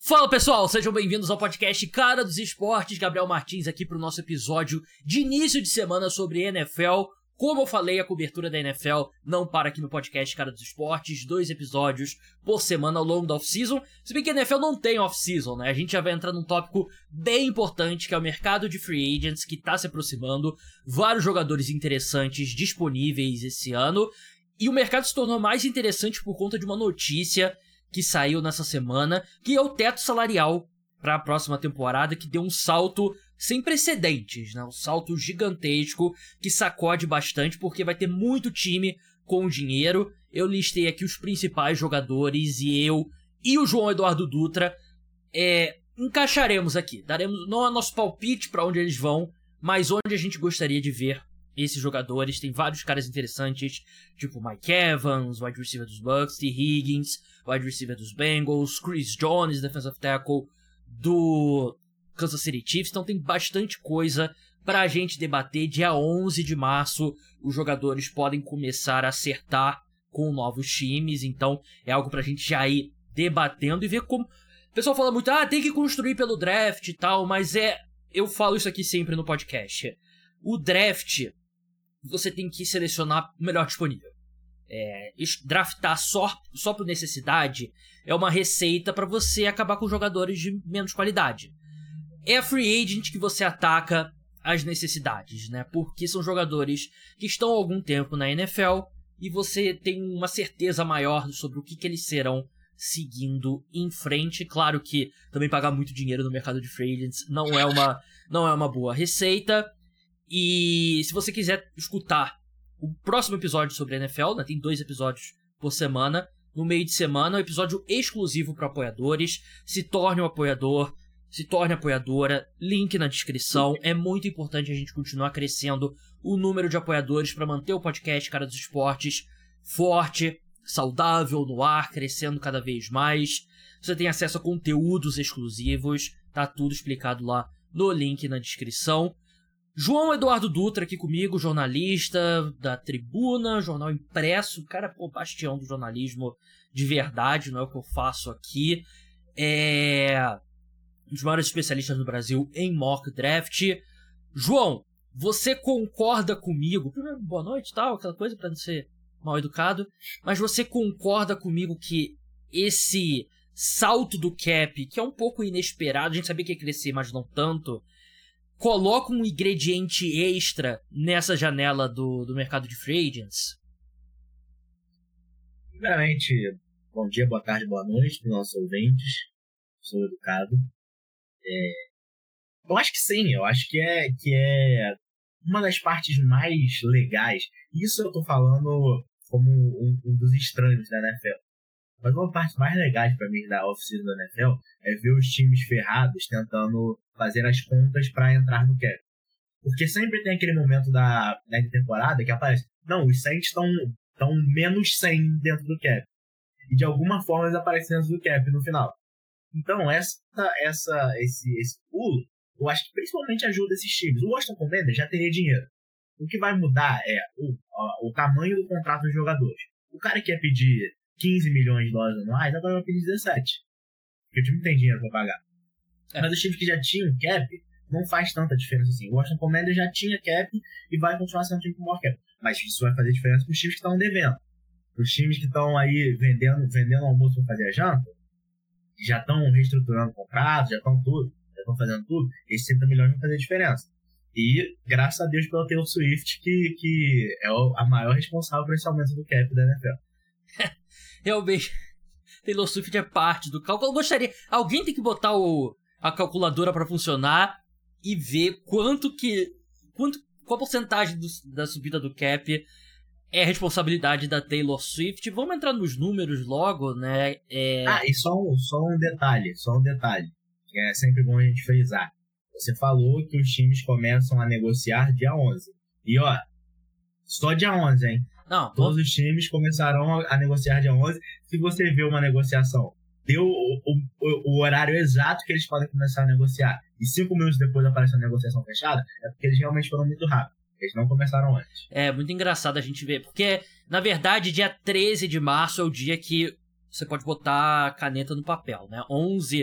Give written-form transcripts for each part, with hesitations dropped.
Fala pessoal, sejam bem-vindos ao podcast Cara dos Esportes. Gabriel Martins aqui para o nosso episódio de início de semana sobre NFL. Como eu falei, a cobertura da NFL não para aqui no podcast Cara dos Esportes, 2 episódios por semana ao longo da off-season. Se bem que a NFL não tem off-season, né? A gente já vai entrar num tópico bem importante, que é o mercado de free agents, que tá se aproximando. Vários jogadores interessantes disponíveis esse ano. E o mercado se tornou mais interessante por conta de uma notícia que saiu nessa semana, que é o teto salarial para a próxima temporada, que deu um salto sem precedentes, né? Um salto gigantesco que sacode bastante, porque vai ter muito time com dinheiro. Eu listei aqui os principais jogadores e eu e o João Eduardo Dutra encaixaremos aqui. Daremos não é nosso palpite para onde eles vão, mas onde a gente gostaria de ver esses jogadores. Tem vários caras interessantes, tipo Mike Evans, wide receiver dos Bucks, T. Higgins, wide receiver dos Bengals, Chris Jones, defensive tackle do Kansas City Chiefs. Então tem bastante coisa pra gente debater. Dia 11 de março, os jogadores podem começar a acertar com novos times, então é algo pra gente já ir debatendo e ver como... O pessoal fala muito, tem que construir pelo draft e tal, mas eu falo isso aqui sempre no podcast. O draft, você tem que selecionar o melhor disponível. Draftar só por necessidade é uma receita para você acabar com jogadores de menos qualidade. É a free agent que você ataca as necessidades, né? Porque são jogadores que estão há algum tempo na NFL e você tem uma certeza maior sobre o que eles serão seguindo em frente. Claro que também pagar muito dinheiro no mercado de free agents não é uma boa receita. E se você quiser escutar o próximo episódio sobre a NFL, né, tem 2 episódios por semana, no meio de semana, um episódio exclusivo para apoiadores. Se torne um apoiador, se torne apoiadora, link na descrição. É muito importante a gente continuar crescendo o número de apoiadores para manter o podcast Cara dos Esportes forte, saudável no ar, crescendo cada vez mais. Você tem acesso a conteúdos exclusivos, tá tudo explicado lá no link na descrição. João Eduardo Dutra aqui comigo, jornalista da Tribuna, jornal impresso, cara, bastião do jornalismo de verdade, não é o que eu faço aqui. Um dos maiores especialistas do Brasil em mock draft. João, você concorda comigo? Primeiro, boa noite, tal, aquela coisa pra não ser mal educado, mas você concorda comigo que esse salto do cap, que é um pouco inesperado, a gente sabia que ia crescer, mas não tanto, coloca um ingrediente extra nessa janela do mercado de free agents? Primeiramente, bom dia, boa tarde, boa noite para os nossos ouvintes. Sou educado. Eu acho que sim, eu acho que é uma das partes mais legais. Isso eu tô falando como um dos estranhos da NFL. Mas uma parte mais legal para mim da off-season da NFL é ver os times ferrados tentando fazer as contas para entrar no cap. Porque sempre tem aquele momento da temporada que aparece, não, os Saints estão menos 100 dentro do cap. E de alguma forma eles aparecem dentro do cap no final. Então esse pulo, eu acho que principalmente ajuda esses times. O Washington Commanders já teria dinheiro. O que vai mudar é o tamanho do contrato dos jogadores. O cara que ia pedir 15 milhões de dólares anuais, agora vai pedir 17. Porque o time tem dinheiro para pagar. Mas os times que já tinham cap, não faz tanta diferença assim. O Washington Commanders já tinha cap e vai continuar sendo um time com maior cap. Mas isso vai fazer diferença para os times que estão devendo. Os times que estão aí vendendo almoço para fazer a janta, já estão reestruturando contratos, já estão fazendo tudo, esses 60 milhões vão fazer diferença. E graças a Deus pelo Taylor Swift, que é a maior responsável por esse aumento do cap da NFL. Realmente, Taylor Swift é parte do cálculo. Eu gostaria... Alguém tem que botar a calculadora para funcionar e ver qual a porcentagem da subida do cap é responsabilidade da Taylor Swift. Vamos entrar nos números logo, né? E só um detalhe, que é sempre bom a gente frisar. Você falou que os times começam a negociar dia 11. E só dia 11, hein? Não, todos os times começarão a negociar dia 11. Se você vê uma negociação, deu o horário exato que eles podem começar a negociar, e 5 minutos depois aparece a negociação fechada, é porque eles realmente foram muito rápido. Eles não começaram antes. É muito engraçado a gente ver, porque, na verdade, dia 13 de março é o dia que você pode botar a caneta no papel, né? 11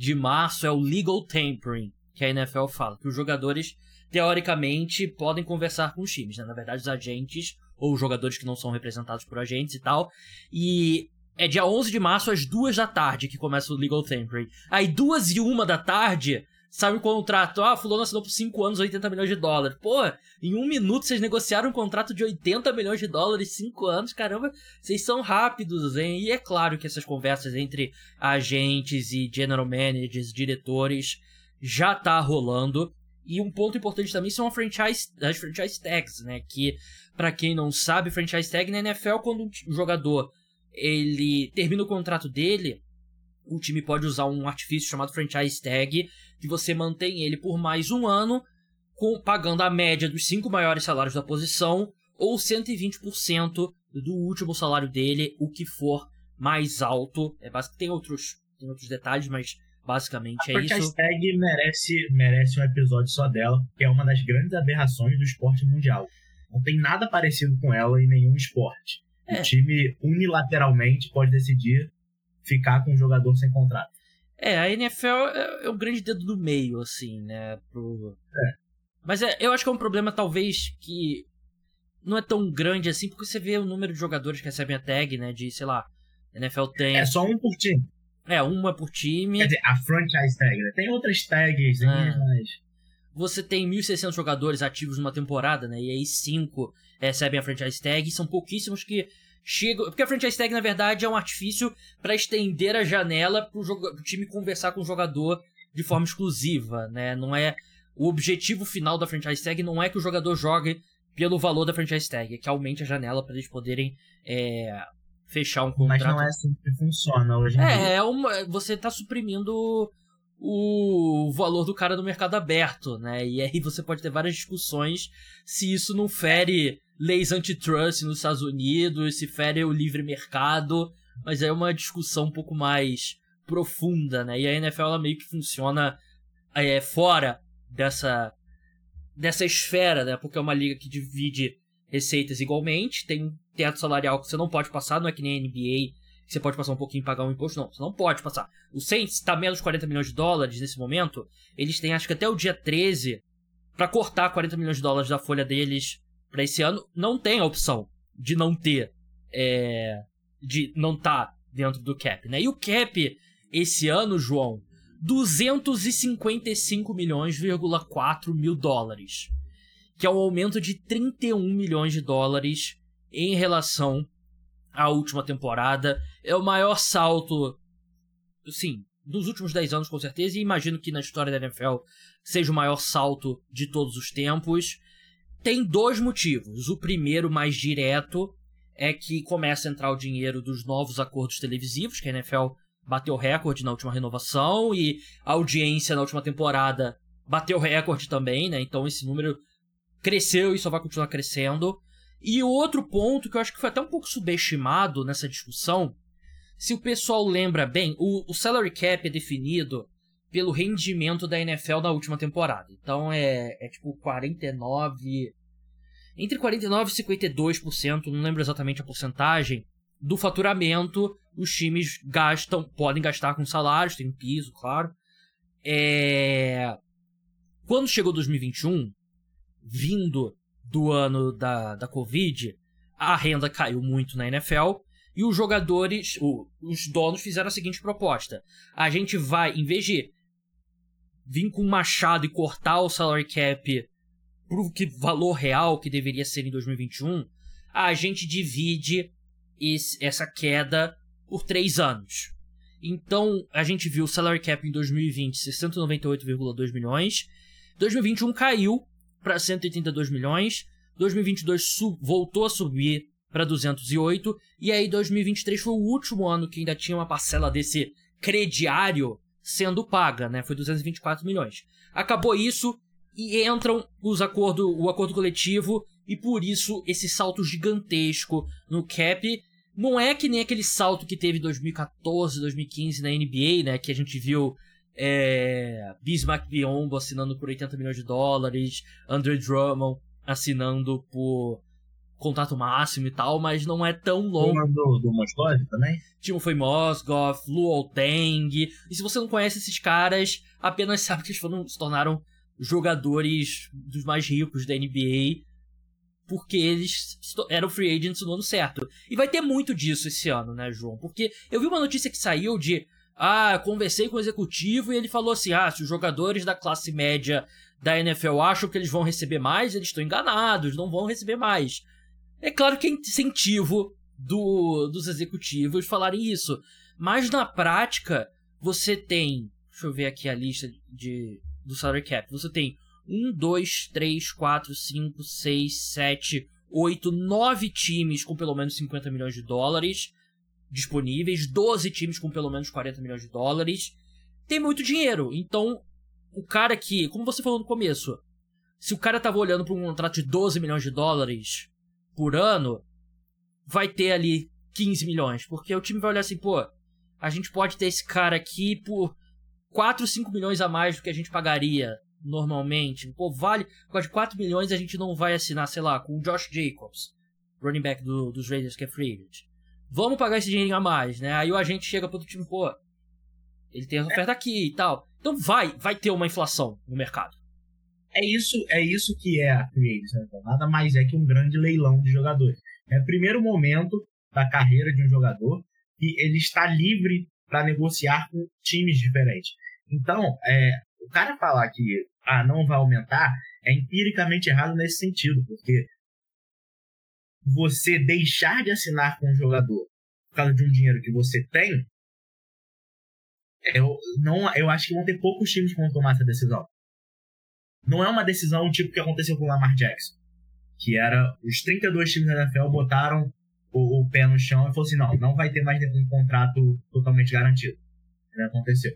de março é o legal tampering, que a NFL fala, que os jogadores, teoricamente, podem conversar com os times, né? Na verdade, os agentes, ou os jogadores que não são representados por agentes e tal, e é dia 11 de março, às 2 da tarde, que começa o legal tampering. Aí, 2:01 da tarde, sai um contrato, fulano assinou por 5 anos, 80 milhões de dólares. Pô, em 1 minuto vocês negociaram um contrato de 80 milhões de dólares, 5 anos, caramba, vocês são rápidos, hein? E é claro que essas conversas entre agentes e general managers, diretores, já tá rolando. E um ponto importante também são as franchise tags, né? Que, pra quem não sabe, franchise tag na NFL, quando um jogador ele termina o contrato dele, o time pode usar um artifício chamado franchise tag, que você mantém ele por mais um ano, pagando a média dos 5 maiores salários da posição, ou 120% do último salário dele, o que for mais alto. Tem outros detalhes, mas basicamente é isso. A franchise tag merece um episódio só dela, porque é uma das grandes aberrações do esporte mundial. Não tem nada parecido com ela em nenhum esporte. O time unilateralmente pode decidir ficar com um jogador sem contrato. A NFL é o grande dedo do meio, assim, né? Mas eu acho que é um problema, talvez, que não é tão grande assim, porque você vê o número de jogadores que recebem a tag, né? De, sei lá, a NFL tem... É só um por time. Uma por time. Quer dizer, a franchise tag, né? Tem outras tags, mas... Você tem 1.600 jogadores ativos numa temporada, né? E aí 5 recebem a franchise tag, e são pouquíssimos que chegam... Porque a franchise tag, na verdade, é um artifício para estender a janela pro time conversar com o jogador de forma exclusiva, né? Não é... O objetivo final da franchise tag não é que o jogador jogue pelo valor da franchise tag, é que aumente a janela para eles poderem fechar um contrato. Mas não é assim que funciona hoje em dia. Você tá suprimindo o valor do cara no mercado aberto, né? E aí você pode ter várias discussões se isso não fere leis antitrust nos Estados Unidos, se fere o livre mercado, mas é uma discussão um pouco mais profunda, né? E a NFL ela meio que funciona fora dessa esfera, né? Porque é uma liga que divide receitas igualmente, tem um teto salarial que você não pode passar, não é que nem a NBA, que você pode passar um pouquinho e pagar um imposto, não, você não pode passar. O Saints está menos de 40 milhões de dólares nesse momento, eles têm acho que até o dia 13 para cortar 40 milhões de dólares da folha deles para esse ano. Não tem a opção de não ter, de não estar dentro do cap, né? E o cap esse ano, João, 255 milhões,4 mil dólares, que é um aumento de 31 milhões de dólares em relação à última temporada. É o maior salto, sim, dos últimos 10 anos, com certeza, e imagino que na história da NFL seja o maior salto de todos os tempos. Tem 2 motivos. O primeiro, mais direto, é que começa a entrar o dinheiro dos novos acordos televisivos, que a NFL bateu recorde na última renovação, e a audiência na última temporada bateu recorde também, né? Então esse número cresceu e só vai continuar crescendo. E o outro ponto que eu acho que foi até um pouco subestimado nessa discussão, se o pessoal lembra bem, o salary cap é definido pelo rendimento da NFL na última temporada. Então é tipo 49... Entre 49% e 52%, não lembro exatamente a porcentagem, do faturamento os times podem gastar com salários, tem um piso, claro. Quando chegou 2021, vindo do ano da Covid, a renda caiu muito na NFL e os jogadores, os donos fizeram a seguinte proposta: a gente vai, em vez de vir com um machado e cortar o salary cap pro valor real que deveria ser em 2021, a gente divide essa queda por 3 anos. Então, a gente viu o salary cap em 2020 698,2 milhões, 2021 caiu para 182 milhões, 2022 voltou a subir para 208, e aí 2023 foi o último ano que ainda tinha uma parcela desse crediário sendo paga, né? Foi 224 milhões. Acabou isso e entram o acordo coletivo, e por isso esse salto gigantesco no cap. Não é que nem aquele salto que teve em 2014, 2015 na NBA, né? Que a gente viu Bismack Biyombo assinando por 80 milhões de dólares, Andre Drummond assinando por contrato máximo e tal, mas não é tão longo. O do Moscov também? Timofey Mozgov, Luol Deng. E se você não conhece esses caras, apenas sabe que eles se tornaram jogadores dos mais ricos da NBA porque eles eram free agents no ano certo. E vai ter muito disso esse ano, né, João? Porque eu vi uma notícia que saiu de... conversei com o executivo e ele falou assim, se os jogadores da classe média da NFL acham que eles vão receber mais, eles estão enganados, não vão receber mais. É claro que é incentivo dos executivos falarem isso. Mas na prática, você tem... Deixa eu ver aqui a lista do salary cap. Você tem 1, 2, 3, 4, 5, 6, 7, 8, 9 times com pelo menos 50 milhões de dólares disponíveis, 12 times com pelo menos 40 milhões de dólares. Tem muito dinheiro. Então, o cara que... Como você falou no começo, se o cara tava olhando para um contrato de 12 milhões de dólares por ano, vai ter ali 15 milhões. Porque o time vai olhar assim, a gente pode ter esse cara aqui por 4, 5 milhões a mais do que a gente pagaria normalmente. Vale... Com de 4 milhões a gente não vai assinar, sei lá, com o Josh Jacobs, running back dos Raiders, que é free agent. Vamos pagar esse dinheirinho a mais, né? Aí o agente chega pro outro time, ele tem essa oferta aqui e tal. Então vai ter uma inflação no mercado. É isso que é a free agency, né? Nada mais é que um grande leilão de jogadores. É o primeiro momento da carreira de um jogador que ele está livre para negociar com times diferentes. Então, o cara falar que não vai aumentar é empiricamente errado nesse sentido, porque você deixar de assinar com um jogador por causa de um dinheiro que você tem, eu acho que vão ter poucos times que vão tomar essa decisão. Não é uma decisão tipo que aconteceu com o Lamar Jackson, que era os 32 times da NFL botaram o pé no chão e falou assim, não vai ter mais um contrato totalmente garantido. Não aconteceu.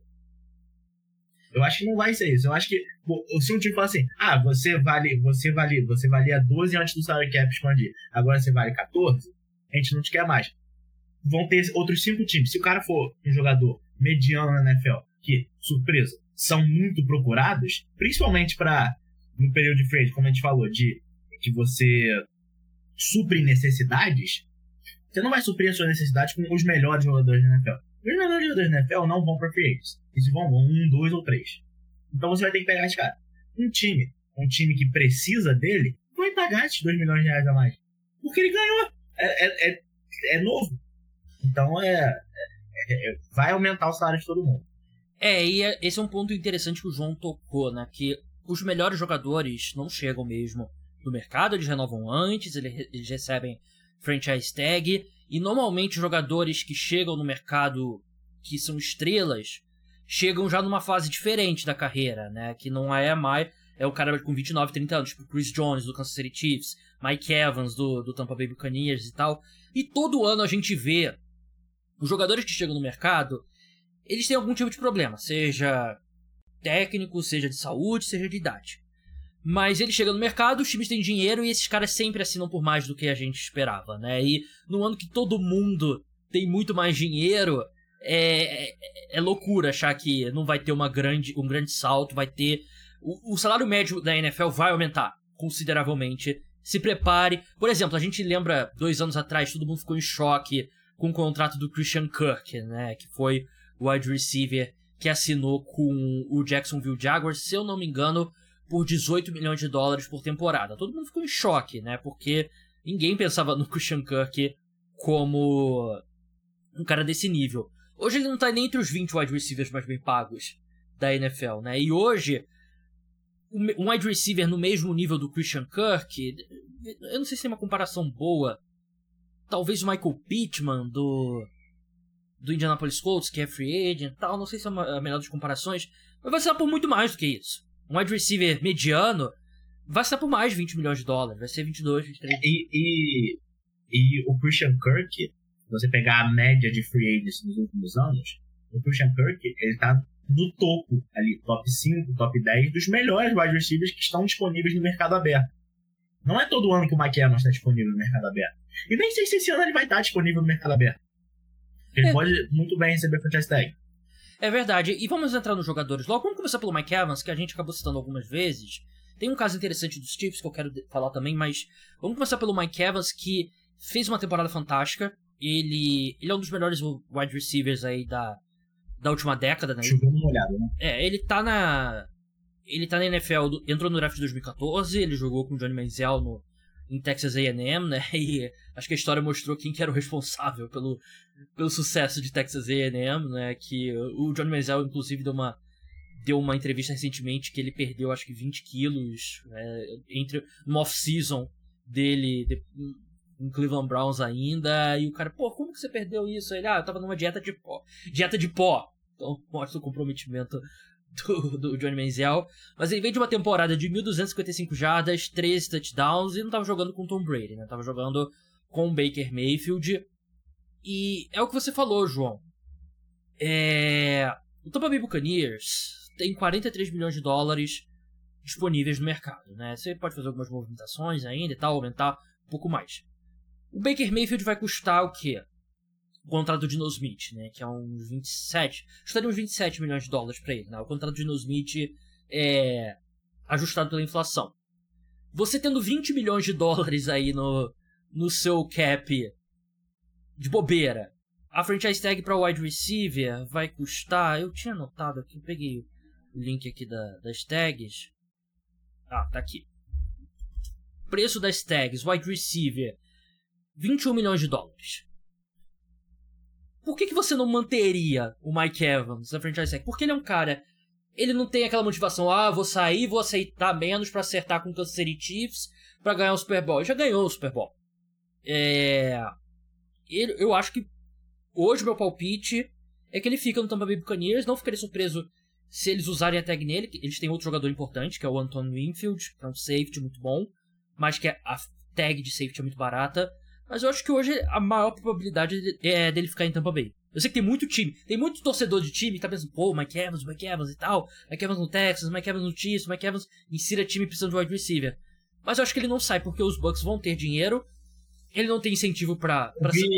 Eu acho que não vai ser isso. Eu acho que se um time falar assim, você valia 12 antes do salary cap expandir, agora você vale 14, a gente não te quer mais. Vão ter outros 5 times. Se o cara for um jogador mediano na NFL, que, surpresa, são muito procurados, principalmente no período de free, como a gente falou, de que você supre necessidades, você não vai suprir as suas necessidades com os melhores jogadores da NFL. Os melhores jogadores da NFL não vão para free agents. Eles vão 1, 2 ou 3. Então você vai ter que pegar esse cara. Um time que precisa dele, vai pagar esses 2 milhões de reais a mais. Porque ele ganhou. É novo. Então vai aumentar o salário de todo mundo. E esse é um ponto interessante que o João tocou, né? Que os melhores jogadores não chegam mesmo no mercado, eles renovam antes, eles recebem franchise tag, e normalmente jogadores que chegam no mercado, que são estrelas, chegam já numa fase diferente da carreira, né? Que não é mais... É o cara com 29, 30 anos, tipo Chris Jones, do Kansas City Chiefs, Mike Evans, do Tampa Bay Buccaneers e tal. E todo ano a gente vê os jogadores que chegam no mercado, eles têm algum tipo de problema, seja técnico, seja de saúde, seja de idade. Mas eles chegam no mercado, os times têm dinheiro e esses caras sempre assinam por mais do que a gente esperava, né? E no ano que todo mundo tem muito mais dinheiro, é loucura achar que não vai ter um grande salto, vai ter... O salário médio da NFL vai aumentar consideravelmente. Se prepare. Por exemplo, a gente lembra 2 anos atrás, todo mundo ficou em choque com o contrato do Christian Kirk, né? Que foi o wide receiver que assinou com o Jacksonville Jaguars, se eu não me engano, por 18 milhões de dólares por temporada. Todo mundo ficou em choque, né? Porque ninguém pensava no Christian Kirk como um cara desse nível. Hoje ele não tá nem entre os 20 wide receivers mais bem pagos da NFL, né? E hoje, um wide receiver no mesmo nível do Christian Kirk, eu não sei se tem uma comparação boa. Talvez o Michael Pittman do Indianapolis Colts, que é free agent e tal, não sei se é a melhor das comparações, mas vai ser por muito mais do que isso. Um wide receiver mediano vai ser por mais de 20 milhões de dólares, vai ser 22, 23. E o Christian Kirk, se você pegar a média de free agents nos últimos anos, o Christian Kirk, ele tá no topo ali, top 5, top 10 dos melhores wide receivers que estão disponíveis no mercado aberto. Não é todo ano que o Mike Evans está disponível no mercado aberto. E nem sei se esse ano ele vai estar disponível no mercado aberto. Ele pode muito bem receber franchise tag. É verdade. E vamos entrar nos jogadores logo. Vamos começar pelo Mike Evans, que a gente acabou citando algumas vezes. Tem um caso interessante dos Chiefs que eu quero falar também, mas vamos começar pelo Mike Evans, que fez uma temporada fantástica. Ele é um dos melhores wide receivers aí da última década, né? Choveu uma olhada, né? Ele tá na NFL, entrou no draft de 2014, ele jogou com o Johnny Manziel em Texas A&M, né? E acho que a história mostrou quem que era o responsável pelo sucesso de Texas A&M, né? Que o Johnny Manziel, inclusive, deu uma entrevista recentemente que ele perdeu, acho que 20 quilos no off-season dele, em Cleveland Browns ainda, e o cara, pô, como que você perdeu isso? Ele, eu tava numa dieta de pó. Então, mostra o comprometimento do Johnny Manziel. Mas ele veio de uma temporada de 1.255 jardas, 13 touchdowns, e não tava jogando com Tom Brady, né? Tava jogando com Baker Mayfield. E é o que você falou, João. O Tampa Bay Buccaneers tem 43 milhões de dólares disponíveis no mercado, né? Você pode fazer algumas movimentações ainda e tal, aumentar um pouco mais. O Baker Mayfield vai custar o quê? O contrato do Geno Smith, né? Que é uns 27... Custaria uns 27 milhões de dólares pra ele, né? O contrato do Geno Smith é ajustado pela inflação. Você tendo 20 milhões de dólares aí no seu cap de bobeira, a franchise tag para wide receiver vai custar... Eu tinha anotado aqui, eu peguei o link aqui das tags. Tá aqui. Preço das tags, wide receiver, 21 milhões de dólares. Por que você não manteria o Mike Evans na franchise tag? Porque ele é um cara... Ele não tem aquela motivação, vou sair, vou aceitar menos pra acertar com o Kansas City Chiefs pra ganhar o Super Bowl. Ele já ganhou o Super Bowl. Eu acho que hoje o meu palpite é que ele fica no Tampa Bay Buccaneers. Não ficaria surpreso se eles usarem a tag nele. Eles têm outro jogador importante, que é o Anton Winfield, que é um safety muito bom, mas que a tag de safety é muito barata. Mas eu acho que hoje a maior probabilidade é dele ficar em Tampa Bay. Eu sei que tem muito time, tem muito torcedor de time que tá pensando, pô, Mike Evans e tal, Mike Evans no Texas, Mike Evans no Chiefs, Mike Evans insira time precisando de wide receiver. Mas eu acho que ele não sai porque os Bucks vão ter dinheiro, ele não tem incentivo pra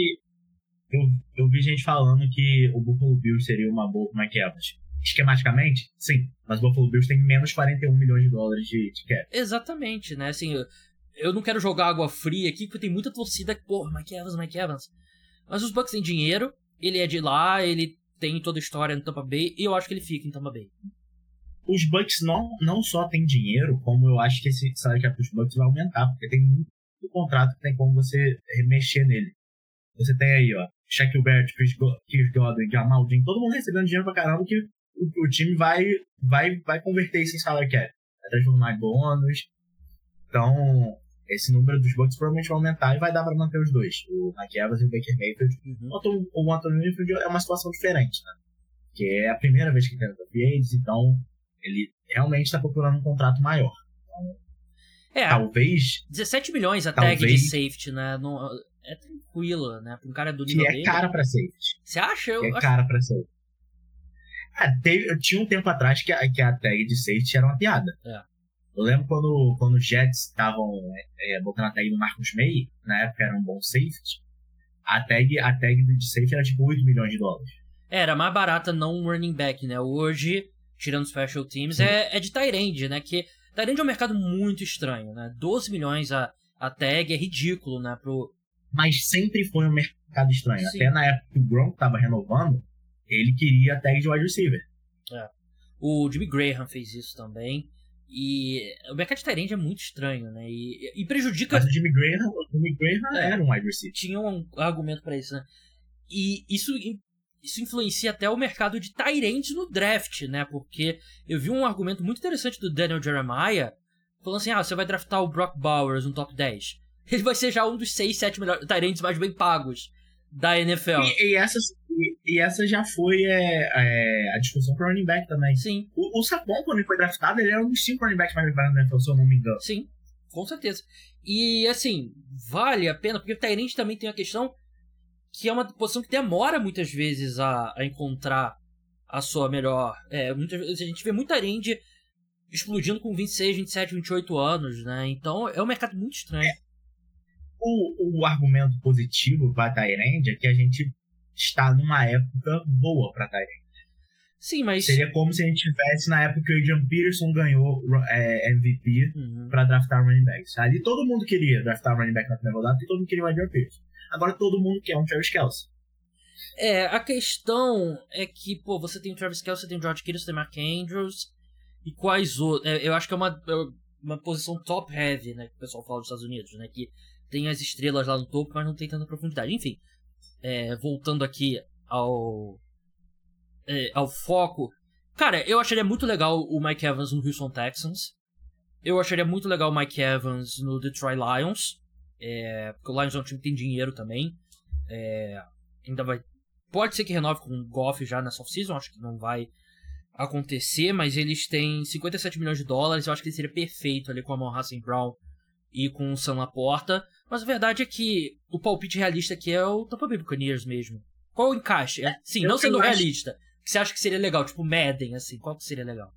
eu vi gente falando que o Buffalo Bills seria uma boa pro Mike Evans. Esquematicamente, sim, mas o Buffalo Bills tem menos 41 milhões de dólares de cap. Exatamente, né, assim, eu não quero jogar água fria aqui, porque tem muita torcida que, pô, Mike Evans. Mas os Bucks têm dinheiro, ele é de lá, ele tem toda a história no Tampa Bay, e eu acho que ele fica em Tampa Bay. Os Bucks não só têm dinheiro, como eu acho que esse salário cap dos Bucks vai aumentar, porque tem muito contrato que tem como você remexer nele. Você tem aí, Shaquille Barrett, Chris Godwin, Jamal Dean, todo mundo recebendo dinheiro pra caramba que o time vai converter isso em salário cap. Vai transformar em bônus. Então, esse número dos Bucks provavelmente vai aumentar e vai dar pra manter os dois. O Mike Evans e o Baker Mayfield. O Anthony Winfield é uma situação diferente, né? Que é a primeira vez que tem o free agents, então ele realmente está procurando um contrato maior. Então, talvez... 17 milhões a tag de safety, né? Não, é tranquila, né? Pra um cara do nível dele. Que é cara pra safety. Você acha? Cara pra safety. Tinha um tempo atrás que a tag de safety era uma piada. Eu lembro quando os Jets estavam botando a tag do Marcus May, na época era um bom safety, a tag de safety era tipo 8 milhões de dólares. Era mais barata não um running back, né? Hoje, tirando special teams, é de tight end, né? Que tight end é um mercado muito estranho, né? 12 milhões a tag é ridículo, né? Mas sempre foi um mercado estranho. Sim. Até na época que o Gronk tava renovando, ele queria a tag de wide receiver. O Jimmy Graham fez isso também. E o mercado de tight end é muito estranho, né? E prejudica... Mas o Jimmy Graham era um wide receiver. Tinha um argumento pra isso, né? E isso influencia até o mercado de tight ends no draft, né? Porque eu vi um argumento muito interessante do Daniel Jeremiah falando assim, você vai draftar o Brock Bowers no top 10. Ele vai ser já um dos 6, 7 melhores tight ends mais bem pagos da NFL. E essa já foi a discussão pro running back também. Sim. O Saquon, quando ele foi draftado, ele era um dos 5 running backs mais bem pagos da NFL, se eu não me engano. Sim, com certeza. E, assim, vale a pena, porque o tight end também tem a questão que é uma posição que demora muitas vezes a encontrar a sua melhor... muitas vezes a gente vê muito tight end explodindo com 26, 27, 28 anos, né? Então é um mercado muito estranho. O argumento positivo para tight end é que a gente está numa época boa para tight end. Sim, mas... Seria como se a gente tivesse na época que o Adrian Peterson ganhou MVP pra draftar running backs. Ali todo mundo queria draftar running back na primeira rodada, porque todo mundo queria o Adrian Peterson. Agora todo mundo quer um Travis Kelce. A questão é que, você tem o Travis Kelce, você tem o George Kittle, você tem o Mark Andrews, e quais outros... Eu acho que é uma posição top heavy, né, que o pessoal fala dos Estados Unidos, né, que tem as estrelas lá no topo, mas não tem tanta profundidade. Enfim, voltando aqui ao foco, cara, eu acharia muito legal o Mike Evans no Houston Texans. Eu acharia muito legal o Mike Evans no Detroit Lions, porque o Lions é um time que tem dinheiro também. Ainda vai... Pode ser que renove com o Goff já nessa off-season, acho que não vai acontecer, mas eles têm $57 milhões, eu acho que ele seria perfeito ali com a Amon-Ra St. Brown e com o Sam Laporta, mas a verdade é que o palpite realista aqui é o Tampa Bay Buccaneers mesmo. Qual o encaixe? Sim, não sendo realista, o que você acha que seria legal? Tipo Madden, assim, qual que seria legal?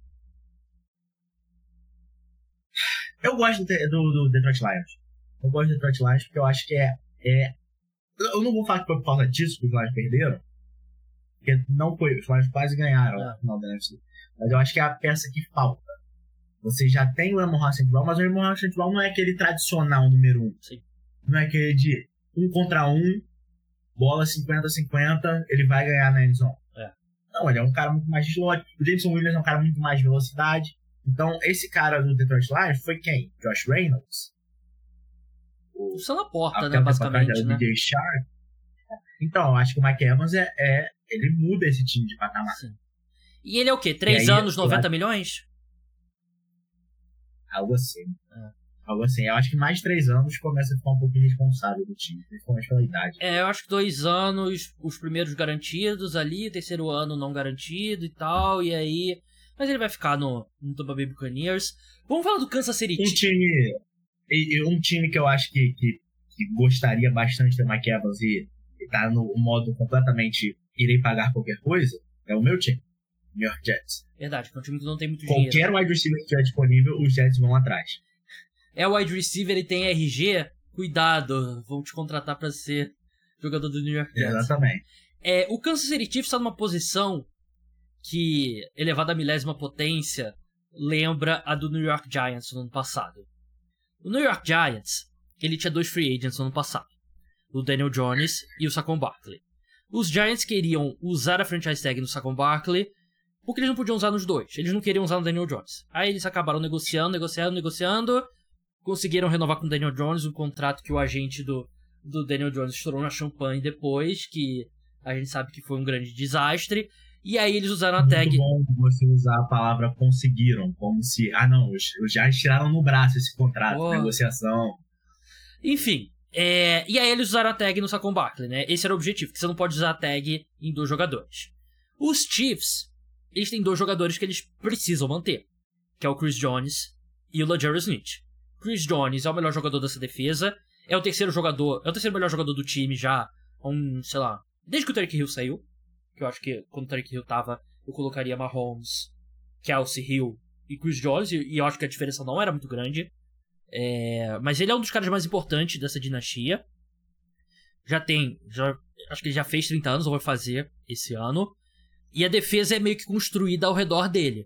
Eu gosto do Detroit Lions. Eu gosto do Detroit Lions porque eu acho que eu não vou falar que foi por causa disso que os Lions perderam, porque não foi, os Lions quase ganharam no final da NFC. Mas eu acho que é a peça que falta. Você já tem o Amon-Ra St. Brown, mas o Amon-Ra St. Brown não é aquele tradicional número 1. Sim. Não é aquele de 1 contra 1, bola 50-50, ele vai ganhar na endzone. Não, ele é um cara muito mais de slot. O Jameson Williams é um cara muito mais de velocidade. Então, esse cara do Detroit Lions foi quem? Josh Reynolds? O Sam Laporta, né, basicamente, né? DJ Shark. Então, eu acho que o Mike Evans ele muda esse time de patamar. Sim. E ele é o quê? 3 anos, 90 milhões? Algo assim. Algo assim. Eu acho que mais de 3 anos começa a ficar um pouquinho responsável do time, principalmente pela idade. Eu acho que 2 anos, os primeiros garantidos ali, o terceiro ano não garantido e tal, e aí... Mas ele vai ficar no Tampa Bay Buccaneers. Vamos falar do Kansas City Chiefs. Um time que eu acho que gostaria bastante do Mike Evans e tá no modo completamente irei pagar qualquer coisa, é o meu time, New York Jets. Verdade, que é um time que não tem muito dinheiro. Qualquer wide receiver que estiver disponível, os Jets vão atrás. O wide receiver, ele tem RG, cuidado, vão te contratar pra ser jogador do New York Jets. Exatamente. O Kansas City Chiefs está numa posição que, elevada à milésima potência, lembra a do New York Giants no ano passado. O New York Giants, ele tinha 2 free agents no ano passado, o Daniel Jones e o Saquon Barkley. Os Giants queriam usar a franchise tag no Saquon Barkley, porque eles não podiam usar nos dois. Eles não queriam usar no Daniel Jones. Aí eles acabaram negociando, conseguiram renovar com o Daniel Jones, um contrato que o agente do Daniel Jones estourou na champanhe depois, que a gente sabe que foi um grande desastre. E aí eles usaram a tag... Muito bom você usar a palavra conseguiram, como se... os Giants tiraram no braço esse contrato, negociação. Enfim, e aí eles usaram a tag no Saquon Barkley, né? Esse era o objetivo, que você não pode usar a tag em 2 jogadores. Os Chiefs, eles têm 2 jogadores que eles precisam manter, que é o Chris Jones e o LaJarius Sneed. Chris Jones é o melhor jogador dessa defesa, é o terceiro melhor jogador do time já, desde que o Tyreek Hill saiu, que eu acho que quando o Tyreek Hill tava, eu colocaria Mahomes, Kelce, Hill e Chris Jones, e eu acho que a diferença não era muito grande. Mas ele é um dos caras mais importantes dessa dinastia. Acho que ele já fez 30 anos, ou vai fazer esse ano. E a defesa é meio que construída ao redor dele.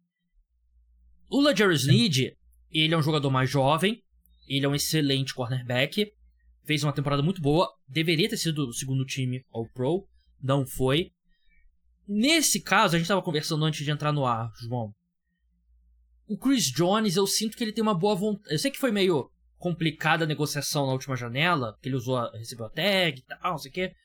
O LaJarius Sneed, ele é um jogador mais jovem, ele é um excelente cornerback, fez uma temporada muito boa, deveria ter sido do segundo time All-Pro, não foi. Nesse caso, a gente estava conversando antes de entrar no ar, João. O Chris Jones, eu sinto que ele tem uma boa vontade. Eu sei que foi meio complicada a negociação na última janela, porque ele recebeu a tag e tal, não sei o quê.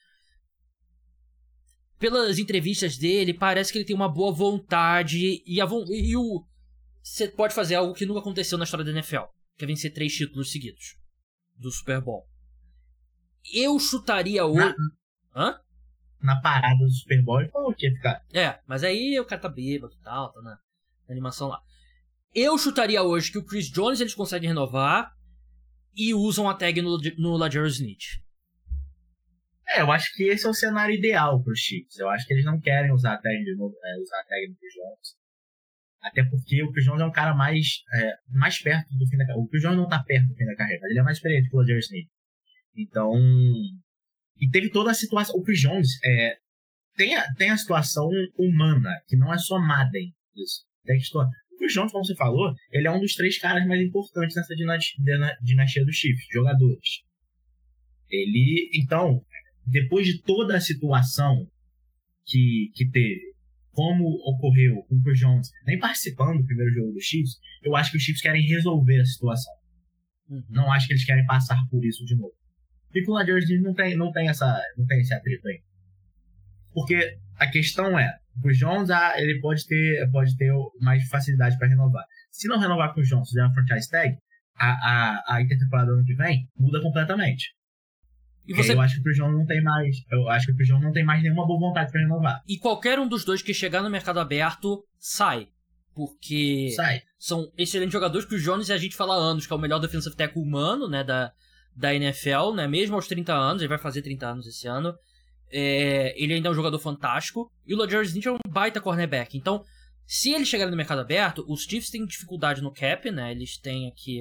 Pelas entrevistas dele, parece que ele tem uma boa vontade você pode fazer algo que nunca aconteceu na história da NFL, que é vencer 3 títulos seguidos do Super Bowl. Eu chutaria hoje... Na parada do Super Bowl, ele falou o quê, cara? Mas aí o cara tá bêbado e tal, tá na animação lá. Eu chutaria hoje que o Chris Jones eles conseguem renovar e usam a tag no LaJarius Sneed. Eu acho que esse é o cenário ideal pros Chiefs. Eu acho que eles não querem usar a tag no Chris Jones. Até porque o Chris Jones é um cara mais perto do fim da carreira. O Chris Jones não tá perto do fim da carreira, mas ele é mais experiente que o LaJarius Sneed. Então... E teve toda a situação... O Chris Jones tem a situação humana, que não é só Madden. Isso. Tem a questão. O Chris Jones, como você falou, ele é um dos 3 caras mais importantes nessa dinastia dos Chiefs, jogadores. Então, depois de toda a situação que teve, como ocorreu com o Chris Jones nem participando do primeiro jogo dos Chiefs, eu acho que os Chiefs querem resolver a situação. Não acho que eles querem passar por isso de novo. E com o LaJersey não tem esse atrito aí. Porque a questão é, o Chris Jones ele pode ter mais facilidade para renovar. Se não renovar com o Jones, fizer uma franchise tag, a intertemporada do ano que vem muda completamente. Eu acho que o Chris Jones não tem mais. Eu acho que o Chris Jones não tem mais nenhuma boa vontade para renovar. E qualquer um dos dois que chegar no mercado aberto sai. Porque são excelentes jogadores. Que o Jones, a gente fala há anos, que é o melhor defensive tackle humano, né, da NFL, né, mesmo aos 30 anos. Ele vai fazer 30 anos esse ano. Ele ainda é um jogador fantástico. E o LaJersey Sneed é um baita cornerback. Então, se eles chegarem no mercado aberto, os Chiefs têm dificuldade no cap, né? Eles têm aqui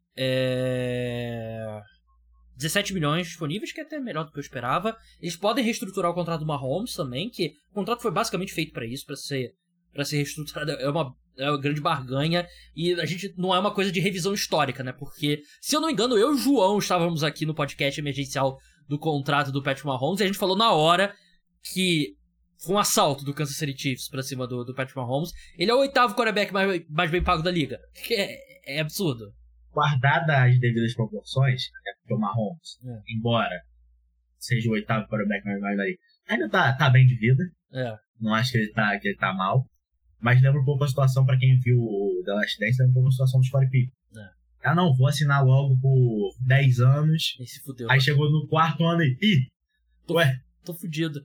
17 milhões disponíveis, que é até melhor do que eu esperava. Eles podem reestruturar o contrato do Mahomes também, que o contrato foi basicamente feito para isso, para ser reestruturado. É uma grande barganha, e a gente não é uma coisa de revisão histórica, né? Porque, se eu não me engano, eu e o João estávamos aqui no podcast emergencial do contrato do Patrick Mahomes, e a gente falou na hora que foi um assalto do Kansas City Chiefs pra cima do Patrick Mahomes. Ele é o 8º quarterback mais bem pago da liga. É absurdo. Guardada as devidas proporções, porque o Mahomes, embora seja o 8º quarterback mais da liga, ainda tá bem de vida. Não acho que ele tá mal. Mas lembra um pouco a situação, pra quem viu o The Last Dance, lembra um pouco a situação do Scottie Pippen. Não, vou assinar logo por 10 anos. E se fudeu. Aí chegou no 4º ano e... Tô fudido.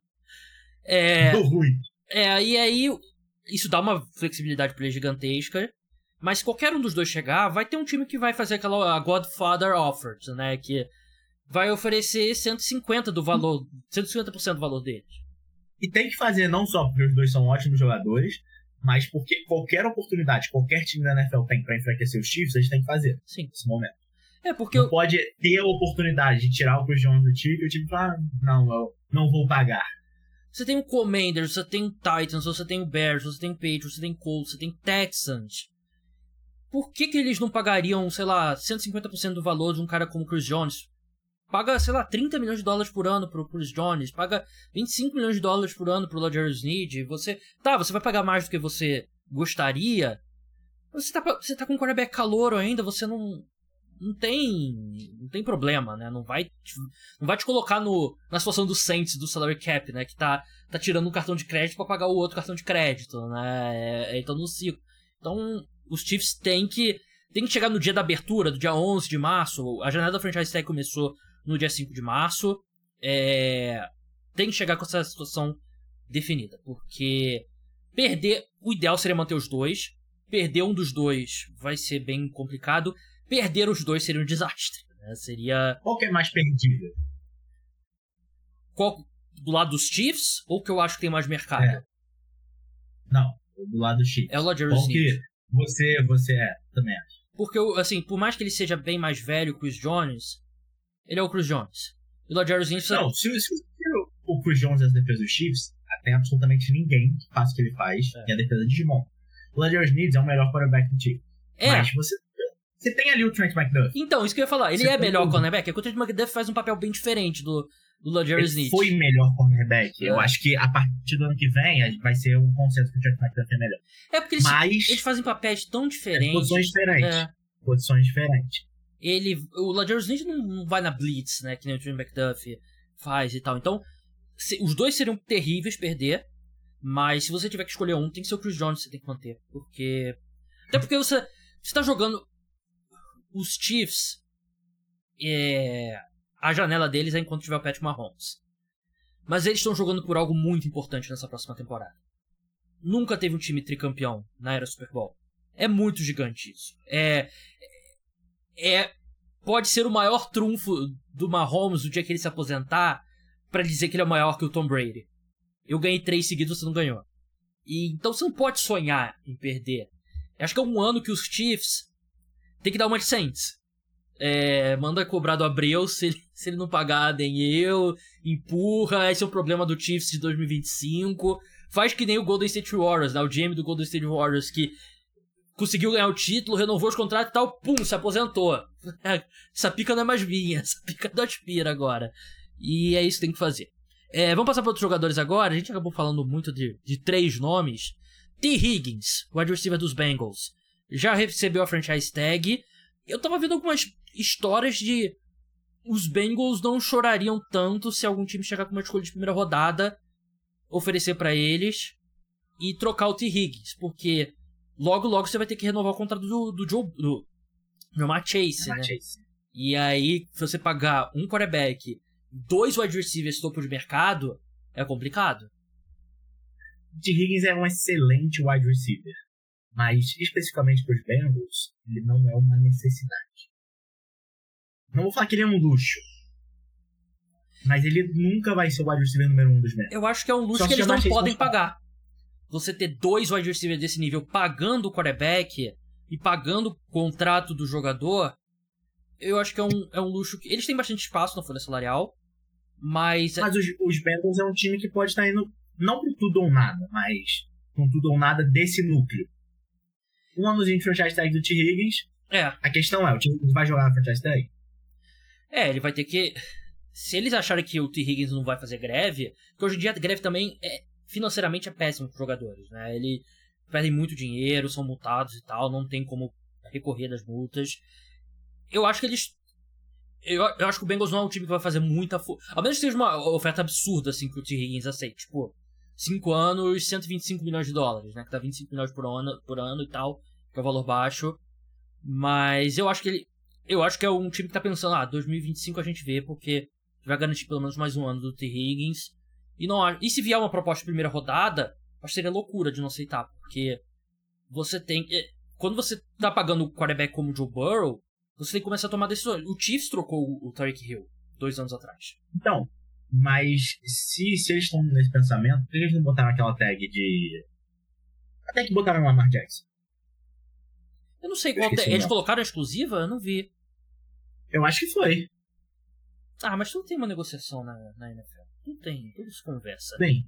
Tô ruim. E aí isso dá uma flexibilidade pra ele gigantesca. Mas se qualquer um dos dois chegar, vai ter um time que vai fazer aquela Godfather Offers, né? Que vai oferecer 150% do valor deles. E tem que fazer não só porque os dois são ótimos jogadores, mas porque qualquer oportunidade, qualquer time da NFL tem pra enfraquecer os Chiefs, eles têm que fazer. Sim. Nesse momento. Porque não pode ter a oportunidade de tirar o Chris Jones do time e o time falar, não, eu não vou pagar. Você tem o Commanders, você tem o Titans, você tem o Bears, você tem o Patriots, você tem o Colts, você tem o Texans. Por que eles não pagariam, sei lá, 150% do valor de um cara como o Chris Jones? Paga, sei lá, $30 milhões por ano pro Chris Jones, paga $25 milhões por ano pro LaJersey Sneed. Você vai pagar mais do que você gostaria. Você tá com um quarterback calouro ainda, você não tem problema, né? Não vai te colocar na situação do Saints, do salary cap, né? Que tá tirando um cartão de crédito pra pagar o outro cartão de crédito, né? Então no ciclo. Então os Chiefs têm que chegar no dia da abertura, do dia 11 de março. A janela da franchise tag começou no dia 5 de março. Tem que chegar com essa situação definida. Porque o ideal seria manter os dois. Perder um dos dois vai ser bem complicado. Perder os dois seria um desastre. Né? Qual que é mais perdível? Do lado dos Chiefs? Ou que eu acho que tem mais mercado? Não, do lado dos Chiefs. É o LaJersey Sneed. Você também acha. Porque, assim, por mais que ele seja bem mais velho que o Chris Jones, ele é o Chris Jones. E o LaJersey Sneed... Não, se o Chris Jones é a defesa dos Chiefs, tem absolutamente ninguém que faça o que ele faz, que é a defesa de Digimon. O LaJersey Sneed é o melhor quarterback do time. Mas você tem ali o Trent McDuffie. Então, isso que eu ia falar. Ele é melhor cornerback. É que o Trent McDuffie faz um papel bem diferente do LaJersey Sneed. Foi melhor cornerback. Eu acho que a partir do ano que vem vai ser um consenso que o Trent McDuffie é melhor. Porque eles fazem papéis tão diferentes. Posições diferentes. O LaJersey Sneed não vai na blitz, né? Que nem o Trent McDuffie faz e tal. Então, os dois seriam terríveis perder. Mas se você tiver que escolher um, tem que ser o Chris Jones que você tem que manter. Até porque você tá jogando... Os Chiefs... A janela deles é enquanto tiver o Patrick Mahomes. Mas eles estão jogando por algo muito importante nessa próxima temporada. Nunca teve um time tricampeão na era Super Bowl. É muito gigante isso. Pode ser o maior trunfo do Mahomes no dia que ele se aposentar pra dizer que ele é maior que o Tom Brady. Eu ganhei 3 seguidos, você não ganhou. Então você não pode sonhar em perder. Acho que é um ano que os Chiefs tem que dar uma de Saints. Manda cobrar do Abreu, se ele não pagar, nem eu. Empurra, esse é o problema do Chiefs de 2025. Faz que nem o Golden State Warriors, né? O GM do Golden State Warriors, que conseguiu ganhar o título, renovou os contratos e tal, pum, se aposentou. Essa pica não é mais minha, essa pica do Aspira agora. E é isso que tem que fazer. Vamos passar para outros jogadores agora. A gente acabou falando muito de 3 nomes. T. Higgins, wide receiver dos Bengals, já recebeu a franchise tag. Eu tava vendo algumas histórias de os Bengals não chorariam tanto se algum time chegar com uma escolha de primeira rodada, oferecer pra eles e trocar o T. Higgins, porque logo você vai ter que renovar o contrato do Jamar Chase, né? E aí, se você pagar um quarterback, 2 wide receivers topo de mercado, é complicado. O T. Higgins é um excelente wide receiver, mas especificamente para os Bengals, ele não é uma necessidade. Não vou falar que ele é um luxo, mas ele nunca vai ser o wide receiver número 1 dos Bengals. Eu acho que é um luxo que eles não podem pagar. Você ter 2 wide receivers desse nível pagando o quarterback e pagando o contrato do jogador, eu acho que é um luxo que... Eles têm bastante espaço na folha salarial, mas... Mas os Bengals é um time que pode estar indo, não com tudo ou nada, mas com tudo ou nada desse núcleo. Um anozinho de franchise tag do T. Higgins. A questão é, o time vai jogar na franchise tag? Ele vai ter que... Se eles acharem que o T. Higgins não vai fazer greve, porque hoje em dia a greve também financeiramente é péssimo para os jogadores, né? Eles perdem muito dinheiro, são multados e tal, não tem como recorrer das multas. Eu acho que eles... Eu acho que o Bengals não é um time que vai fazer muita... Ao menos que seja uma oferta absurda, assim, que o T. Higgins aceite. Tipo, 5 anos, 125 milhões de dólares, né? Que tá 25 milhões por ano e tal, que é o valor baixo. Mas eu acho que é um time que tá pensando, 2025 a gente vê, porque vai garantir pelo menos mais um ano do T. Higgins. E se vier uma proposta de primeira rodada, acho que seria loucura de não aceitar, porque você tem... Quando você tá pagando o quarterback como o Joe Burrow, você tem que começar a tomar decisões. O Chiefs trocou o Tyreek Hill 2 anos atrás. Então, mas se eles estão nesse pensamento, por que eles não botaram aquela tag de... Até que botaram o Lamar Jackson? Eu não sei qual tag. Eles colocaram a exclusiva? Eu não vi. Eu acho que foi. Mas não tem uma negociação na NFL. Não tem, tudo se conversa. Tem.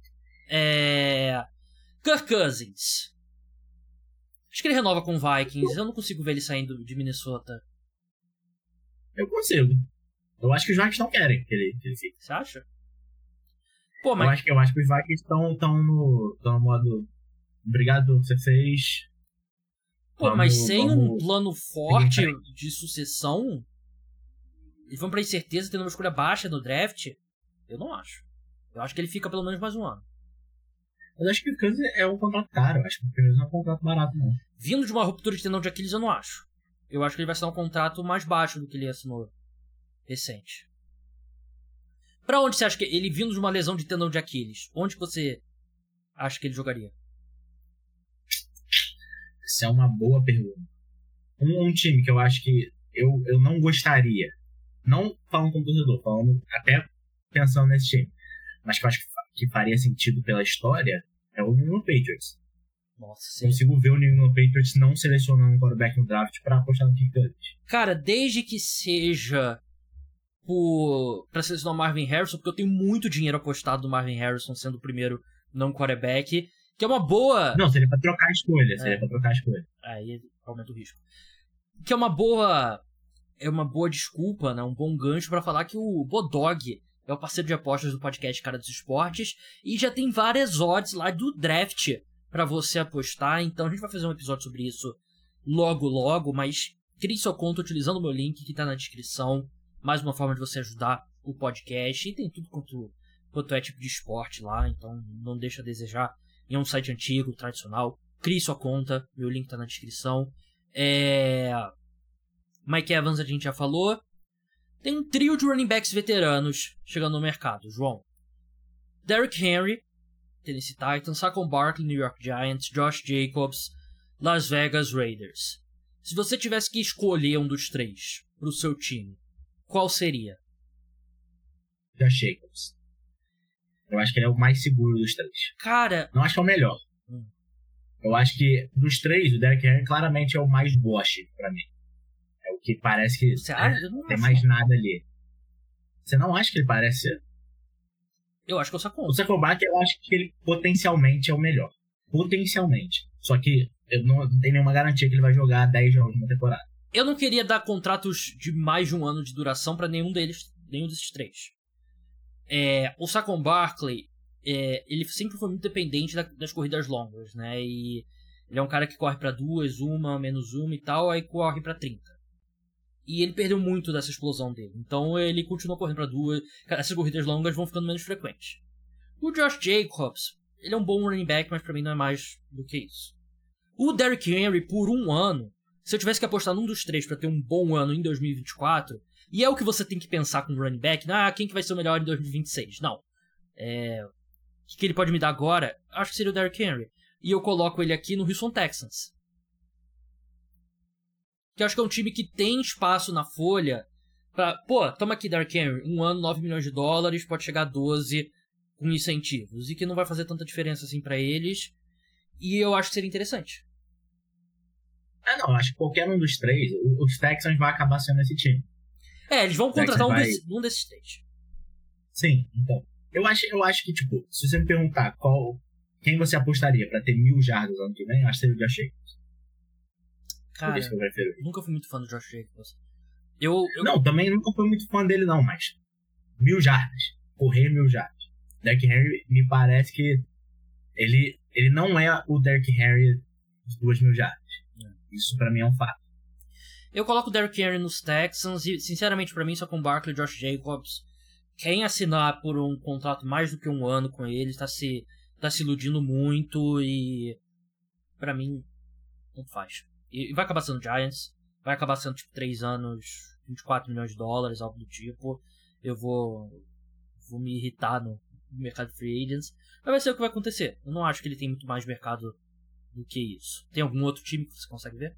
Kirk Cousins. Acho que ele renova com o Vikings. Eu não consigo ver ele saindo de Minnesota. Eu consigo. Eu acho que os Vikings não querem que ele fique. Você acha? Pô, mas... eu acho que os Vikings estão no modo... Obrigado pelo que você fez. Mas sem um plano forte de sucessão, eles vão pra incerteza tendo uma escolha baixa no draft? Eu não acho. Eu acho que ele fica pelo menos mais um ano. Mas acho que o Kansas é um contrato caro. Eu acho que o Kansas não é um contrato barato, não. Vindo de uma ruptura de tendão de Aquiles, eu não acho. Eu acho que ele vai assinar um contrato mais baixo do que ele assinou recente. Pra onde você acha que ele, vindo de uma lesão de tendão de Aquiles, onde você acha que ele jogaria? Essa é uma boa pergunta. Um time que eu acho que eu não gostaria, não falando como torcedor, falando até pensando nesse time, mas que eu acho que faria sentido pela história, é o New England Patriots. Nossa, sim. Consigo ver o New England Patriots não selecionando um quarterback no draft pra apostar no Kirk Cousins. Cara, desde que seja pra selecionar o Marvin Harrison, porque eu tenho muito dinheiro apostado no Marvin Harrison sendo o primeiro não quarterback, que é uma boa... Não, seria pra trocar a escolha. Seria pra trocar a escolha. Aí aumenta o risco. Que é uma boa... É uma boa desculpa, né? Um bom gancho pra falar que o Bodog é o parceiro de apostas do podcast Cara dos Esportes e já tem várias odds lá do draft pra você apostar. Então a gente vai fazer um episódio sobre isso logo, mas crie sua conta utilizando o meu link que tá na descrição. Mais uma forma de você ajudar o podcast. E tem tudo quanto é tipo de esporte lá, então não deixa a desejar. É um site antigo, tradicional. Crie sua conta, meu link tá na descrição. Mike Evans a gente já falou. Tem um trio de running backs veteranos chegando no mercado, João. Derrick Henry, Tennessee Titans, Saquon Barkley, New York Giants, Josh Jacobs, Las Vegas Raiders. Se você tivesse que escolher um dos 3 pro seu time, qual seria? Josh Jacobs. Eu acho que ele é o mais seguro dos 3. Cara... Não acho que é o melhor. Eu acho que dos 3, o Derrick Henry claramente é o mais Bosch pra mim. É o que parece que Você acha? Eu não tem acho. mais nada ali. Você não acha que ele parece ser? Eu acho que é o Saquon. O Saquon Barkley, eu acho que ele potencialmente é o melhor. Potencialmente. Só que eu não tenho nenhuma garantia que ele vai jogar 10 jogos na temporada. Eu não queria dar contratos de mais de um ano de duração pra nenhum desses três. O Saquon Barkley, ele sempre foi muito dependente das corridas longas, né? E ele é um cara que corre pra 2, 1, menos 1 e tal, aí corre pra 30. E ele perdeu muito dessa explosão dele. Então ele continua correndo pra 2. Essas corridas longas vão ficando menos frequentes. O Josh Jacobs, ele é um bom running back, mas pra mim não é mais do que isso. O Derrick Henry, por um ano, se eu tivesse que apostar num dos três pra ter um bom ano em 2024, e é o que você tem que pensar com o running back, quem que vai ser o melhor em 2026? Não. O que ele pode me dar agora? Acho que seria o Derrick Henry. E eu coloco ele aqui no Houston Texans. Que eu acho que é um time que tem espaço na folha pra... Pô, toma aqui, Derrick Henry. Um ano, 9 milhões de dólares, pode chegar a 12 com incentivos. E que não vai fazer tanta diferença assim pra eles. E eu acho que seria interessante. Não, acho que qualquer um dos três, os Texans vai acabar sendo esse time. Eles vão contratar um desses três. Sim, então. Eu acho que, tipo, se você me perguntar quem você apostaria pra ter 1.000 jardas ano que vem, eu acho que seria o Josh Jacobs. Cara, por isso que eu prefiro. Nunca fui muito fã do Josh Jacobs. Não, também nunca fui muito fã dele, não, mas 1.000 jardas. Correr 1.000 jardas. Derrick Henry, me parece que ele não é o Derrick Henry de 2.000 jardas. Isso pra mim é um fato. Eu coloco o Derrick Henry nos Texans e, sinceramente, pra mim, só com Barkley e Josh Jacobs, quem assinar por um contrato mais do que um ano com ele tá se iludindo muito e, pra mim, não faz. E vai acabar sendo Giants, vai acabar sendo, tipo, 3 anos, 24 milhões de dólares, algo do tipo. Eu vou me irritar no mercado de free agents, mas vai ser o que vai acontecer. Eu não acho que ele tem muito mais mercado do que isso. Tem algum outro time que você consegue ver?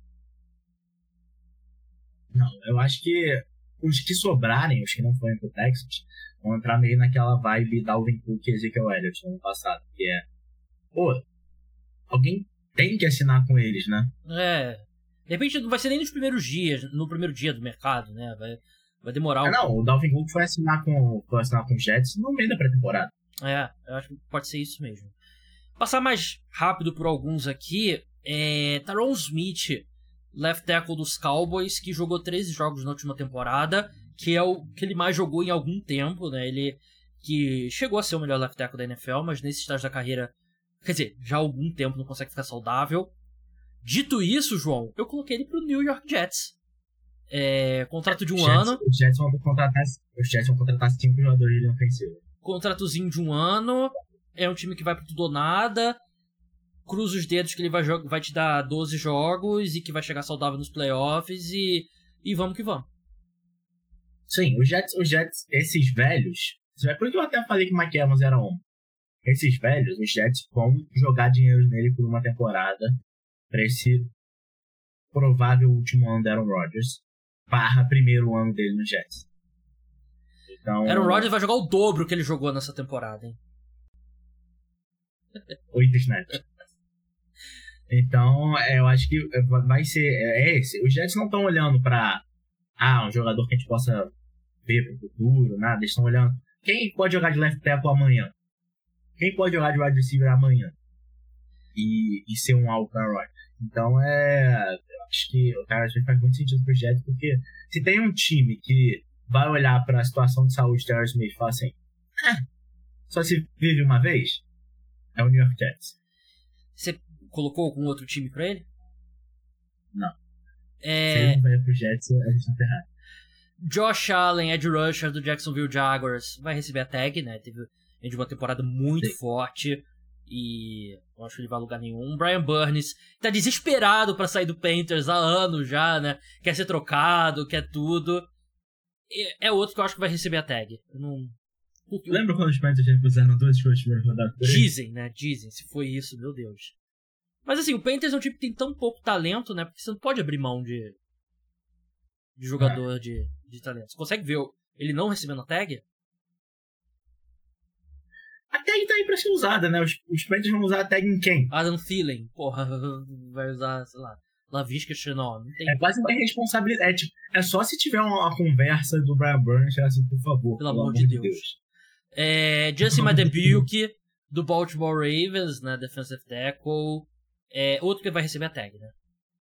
Não, eu acho que os que sobrarem, os que não forem pro Texas, vão entrar meio naquela vibe Dalvin Cook e Ezekiel Elliott no ano passado, que alguém tem que assinar com eles, né? De repente não vai ser nem nos primeiros dias, no primeiro dia do mercado, né? Vai demorar um pouco. O Dalvin Cook foi assinar com o Jets no meio da pré-temporada. Eu acho que pode ser isso mesmo. Passar mais rápido por alguns aqui, Tyron Smith, left tackle dos Cowboys, que jogou 13 jogos na última temporada, que é o que ele mais jogou em algum tempo, né? Ele que chegou a ser o melhor left tackle da NFL, mas nesse estágio da carreira, quer dizer, já há algum tempo não consegue ficar saudável. Dito isso, João, eu coloquei ele pro New York Jets. Contrato de um ano. Os Jets vão contratar 5 jogadores de linha ofensiva. Contratozinho de um ano. É um time que vai pro tudo ou nada. Cruza os dedos que ele vai te dar 12 jogos e que vai chegar saudável nos playoffs e vamos que vamos. Sim, os Jets, esses velhos... Por isso eu até falei que o Mike Evans era homem. Esses velhos, os Jets vão jogar dinheiro nele por uma temporada pra esse provável último ano do Aaron Rodgers / primeiro ano dele no Jets. Então, Aaron Rodgers vai jogar o dobro que ele jogou nessa temporada, hein? 8 snaps. Então, eu acho que vai ser esse. Os Jets não estão olhando pra um jogador que a gente possa ver pro futuro, nada. Eles estão olhando quem pode jogar de left tackle amanhã, quem pode jogar de wide receiver amanhã e ser um alvo para Rodgers. Então, eu acho que o cara faz muito sentido pro Jets, porque se tem um time que vai olhar para a situação de saúde de Tyron Smith e falar assim, só se vive uma vez, é o New York Jets. Você colocou algum outro time pra ele? Não. Se ele não vai pro Jets, a gente tá errado. Josh Allen, edge rusher do Jacksonville Jaguars, vai receber a tag, né? Teve uma temporada muito forte e eu acho que ele vai a lugar nenhum. Brian Burns tá desesperado pra sair do Panthers há anos já, né? Quer ser trocado, quer tudo. É outro que eu acho que vai receber a tag. Eu não... Lembra quando os Panthers recusaram 2 escolhas de primeira rodada? Dizem, se foi isso, meu Deus. Mas assim, o Panthers é um time que tem tão pouco talento, né? Porque você não pode abrir mão de jogador de talento. Você consegue ver ele não recebendo a tag? A tag tá aí pra ser usada, né? Os Panthers vão usar a tag em quem? Adam Thielen, porra, vai usar, sei lá, Laviska Shenault, não tem... É quase uma responsabilidade. É só se tiver uma conversa do Brian Burns, assim, por favor. Pelo amor de Deus. Justin Madubuike, do Baltimore Ravens, né, defensive tackle. Outro que vai receber a tag, né?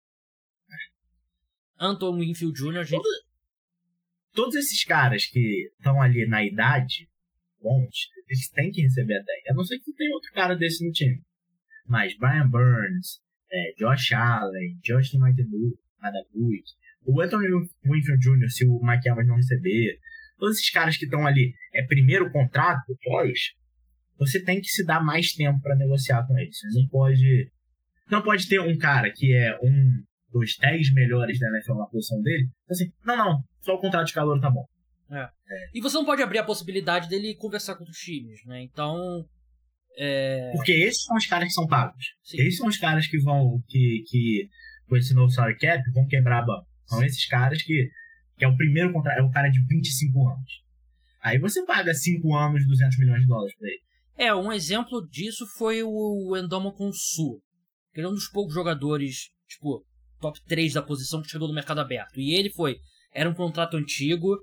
Anton Winfield Jr., gente... Todos esses caras que estão ali na idade, bons, eles têm que receber a tag. A não ser que tem outro cara desse no time. Mas Brian Burns, Josh Allen, Justin Madubuike, o Anthony Winfield Jr., se o Mike Evans não receber, todos esses caras que estão ali, primeiro contrato, pós, você tem que se dar mais tempo para negociar com eles. Você não pode ter um cara que é um dos 10 melhores da NFL na posição dele, assim, não, só o contrato de calor tá bom. E você não pode abrir a possibilidade dele conversar com os times, né? Então... Porque esses são os caras que são pagos. Sim. Esses são os caras que vão, que com esse novo salary cap, vão quebrar a banca. São esses caras que é o primeiro contrato, é o cara de 25 anos. Aí você paga 5 anos, $200 milhões pra ele. Um exemplo disso foi o Ndamukong Suh. Ele é um dos poucos jogadores, tipo, top 3 da posição que chegou no mercado aberto. E ele era um contrato antigo,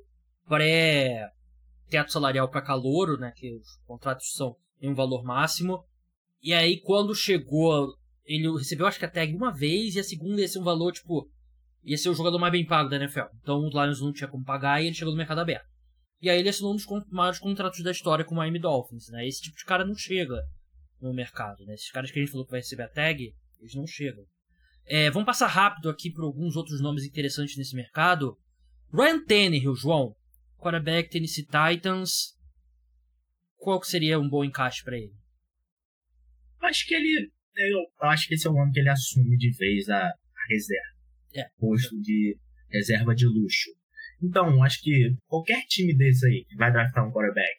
pré-teto salarial para calouro, né, que os contratos são em um valor máximo. E aí, quando chegou, ele recebeu, acho que a tag uma vez, e a segunda ia ser um valor, tipo, ia ser o jogador mais bem pago da NFL. Então, os Lions não tinha como pagar e ele chegou no mercado aberto. E aí, ele assinou um dos maiores contratos da história com o Miami Dolphins, né? Esse tipo de cara não chega no mercado, né? Esses caras que a gente falou que vai receber a tag, eles não chegam. Vamos passar rápido aqui por alguns outros nomes interessantes nesse mercado. Ryan Tannehill, João, quarterback Tennessee Titans. Qual que seria um bom encaixe para ele? Eu acho que esse é o ano que ele assume de vez a reserva. Posto de reserva de luxo. Então, acho que qualquer time desse aí que vai draftar um quarterback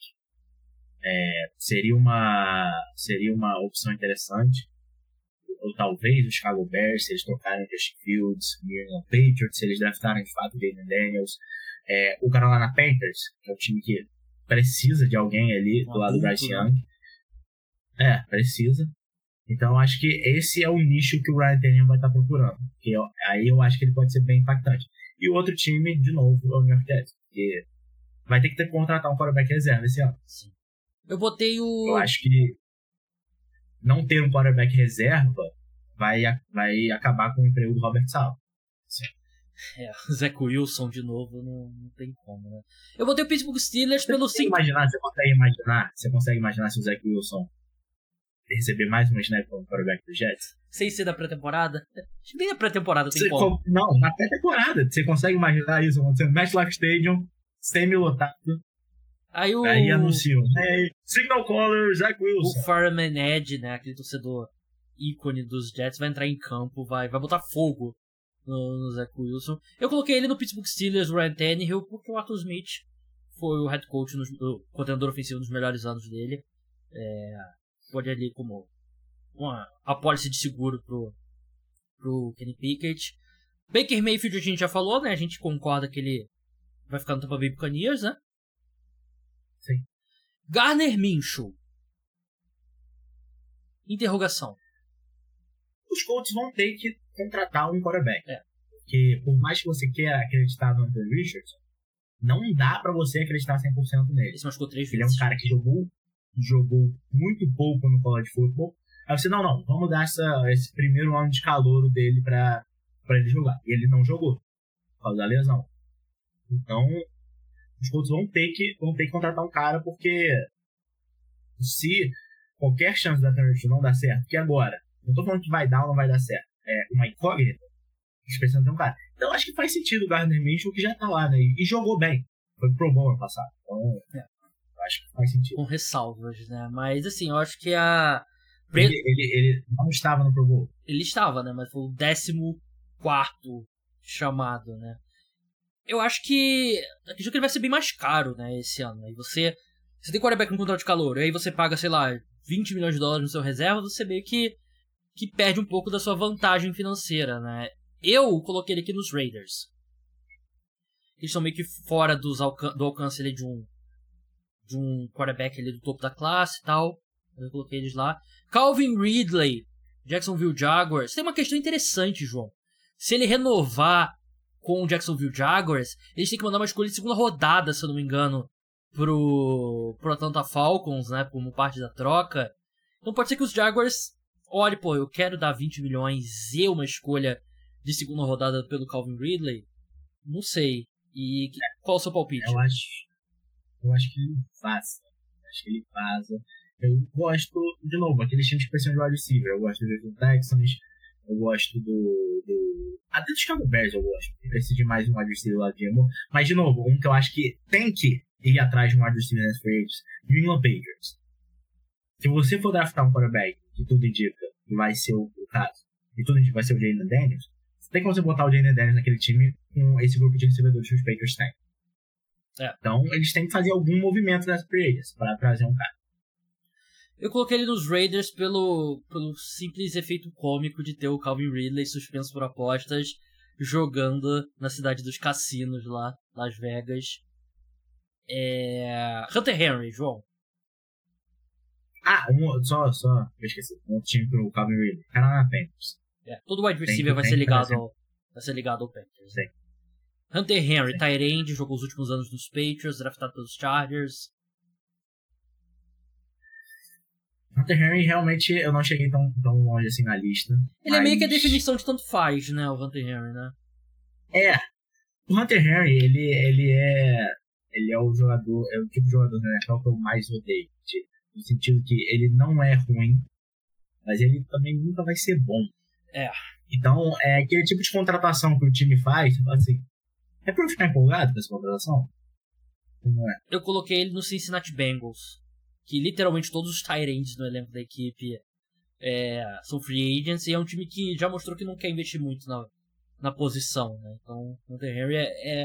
seria uma opção interessante. Ou talvez o Chicago Bears, se eles trocarem Justin Fields, New England Patriots, se eles draftarem de fato Jayden Daniels. O Carolina Panthers, que é um time que precisa de alguém ali do lado do Bryce Young. Precisa. Então, acho que esse é o nicho que o Ryan Tannehill vai estar procurando. Aí eu acho que ele pode ser bem impactante. E o outro time, de novo, é o New York Jets. Porque vai ter que contratar um quarterback reserva esse ano. Sim. Eu acho que não ter um quarterback reserva vai acabar com o emprego do Robert Saleh. Zach Wilson de novo, não tem como, né? Eu botei o Pittsburgh Steelers pelo... Você consegue imaginar se o Zach Wilson receber mais uma snap como quarterback do Jets? Sem ser da pré-temporada? Acho que nem na pré-temporada tem como. Não, na pré-temporada. Você consegue imaginar isso acontecendo? MetLife Stadium, semi-lotado. Aí anunciam. Signal caller, Zach Wilson. O Fireman Edge, né? Aquele torcedor ícone dos Jets, vai entrar em campo, vai botar fogo no Zach Wilson. Eu coloquei ele no Pittsburgh Steelers, o Ryan Tannehill, porque o Arthur Smith foi o head coach, o coordenador ofensivo nos melhores anos dele. Pode ali como uma apólice de seguro pro Kenny Pickett. Baker Mayfield a gente já falou, né? A gente concorda que ele vai ficar no Tampa Bay Buccaneers, né? Sim. Gardner Minshew. Interrogação. Os Colts vão ter que contratar um quarterback. Porque por mais que você queira acreditar no Anthony Richardson, não dá pra você acreditar 100% nele. Ele se machucou 3 vezes. Ele é um cara que jogou muito pouco no college football. Aí você, não, vamos dar esse primeiro ano de calouro dele pra ele jogar. E ele não jogou, por causa da lesão. Então, os Colts vão ter que contratar um cara, porque se qualquer chance da Anthony Richardson não dar certo, que agora, não tô falando que vai dar ou não vai dar certo, uma incógnita, eles precisam ter um cara. Então, acho que faz sentido o Gardner Minshew, que já tá lá, né? E jogou bem. Foi pro bom ano passado. Então, acho que faz sentido. Com ressalvas, né? Mas, assim, eu acho que Ele não estava no Pro Bowl. Ele estava, né? Mas foi o 14º chamado, né? Eu acho que... Acredito que ele vai ser bem mais caro, né? Esse ano. Aí você tem quarterback no contrato de calor, e aí você paga, sei lá, $20 milhões no seu reserva, você meio que perde um pouco da sua vantagem financeira, né? Eu coloquei ele aqui nos Raiders. Eles estão meio que fora do alcance ali de um quarterback ali do topo da classe e tal. Eu coloquei eles lá. Calvin Ridley, Jacksonville Jaguars. Tem uma questão interessante, João. se ele renovar com o Jacksonville Jaguars, eles têm que mandar uma escolha de segunda rodada, se eu não me engano, pro Atlanta Falcons, né, como parte da troca. Então pode ser que os Jaguars olhem, pô, eu quero dar 20 milhões e uma escolha de segunda rodada pelo Calvin Ridley. Não sei. E qual é o seu palpite? Eu acho que ele vaza. Eu gosto, de novo, aqueles times que precisam de wide receiver. Eu gosto do Houston Texans, eu gosto até do Chicago Bears eu gosto. Precisa de mais um wide receiver lá de amor. Mas, de novo, um que eu acho que tem que ir atrás de um wide receiver nas free agents, New England Patriots. Se você for draftar um quarterback, que tudo indica que vai ser o caso, e tudo indica que vai ser o Jayden Daniels, tem como você botar o Jayden Daniels naquele time com esse grupo de recebedores que os Patriots têm. Então, eles têm que fazer algum movimento nas free agents para trazer um cara. Eu coloquei ele nos Raiders pelo simples efeito cômico de ter o Calvin Ridley suspenso por apostas jogando na cidade dos cassinos lá, Las Vegas. Hunter Henry, João. Só, eu esqueci. Um time pro Calvin Ridley. Carolina Panthers. Todo wide receiver vai ser ligado ao Panthers. Sim. Hunter Henry, tight end, jogou os últimos anos nos Patriots, draftado pelos Chargers. Hunter Henry, realmente, eu não cheguei tão longe assim na lista. Ele é meio que a definição de tanto faz, né, o Hunter Henry, né? O Hunter Henry, ele é o jogador, é o tipo de jogador da NFL que eu mais odeio. No sentido que ele não é ruim, mas ele também nunca vai ser bom. Então, é aquele tipo de contratação que o time faz, você fala assim, é pra eu ficar empolgado com essa contratação? Não é? Eu coloquei ele no Cincinnati Bengals, que literalmente todos os tight ends no elenco da equipe são free agents, e é um time que já mostrou que não quer investir muito na posição, né? Então, o Hunter Henry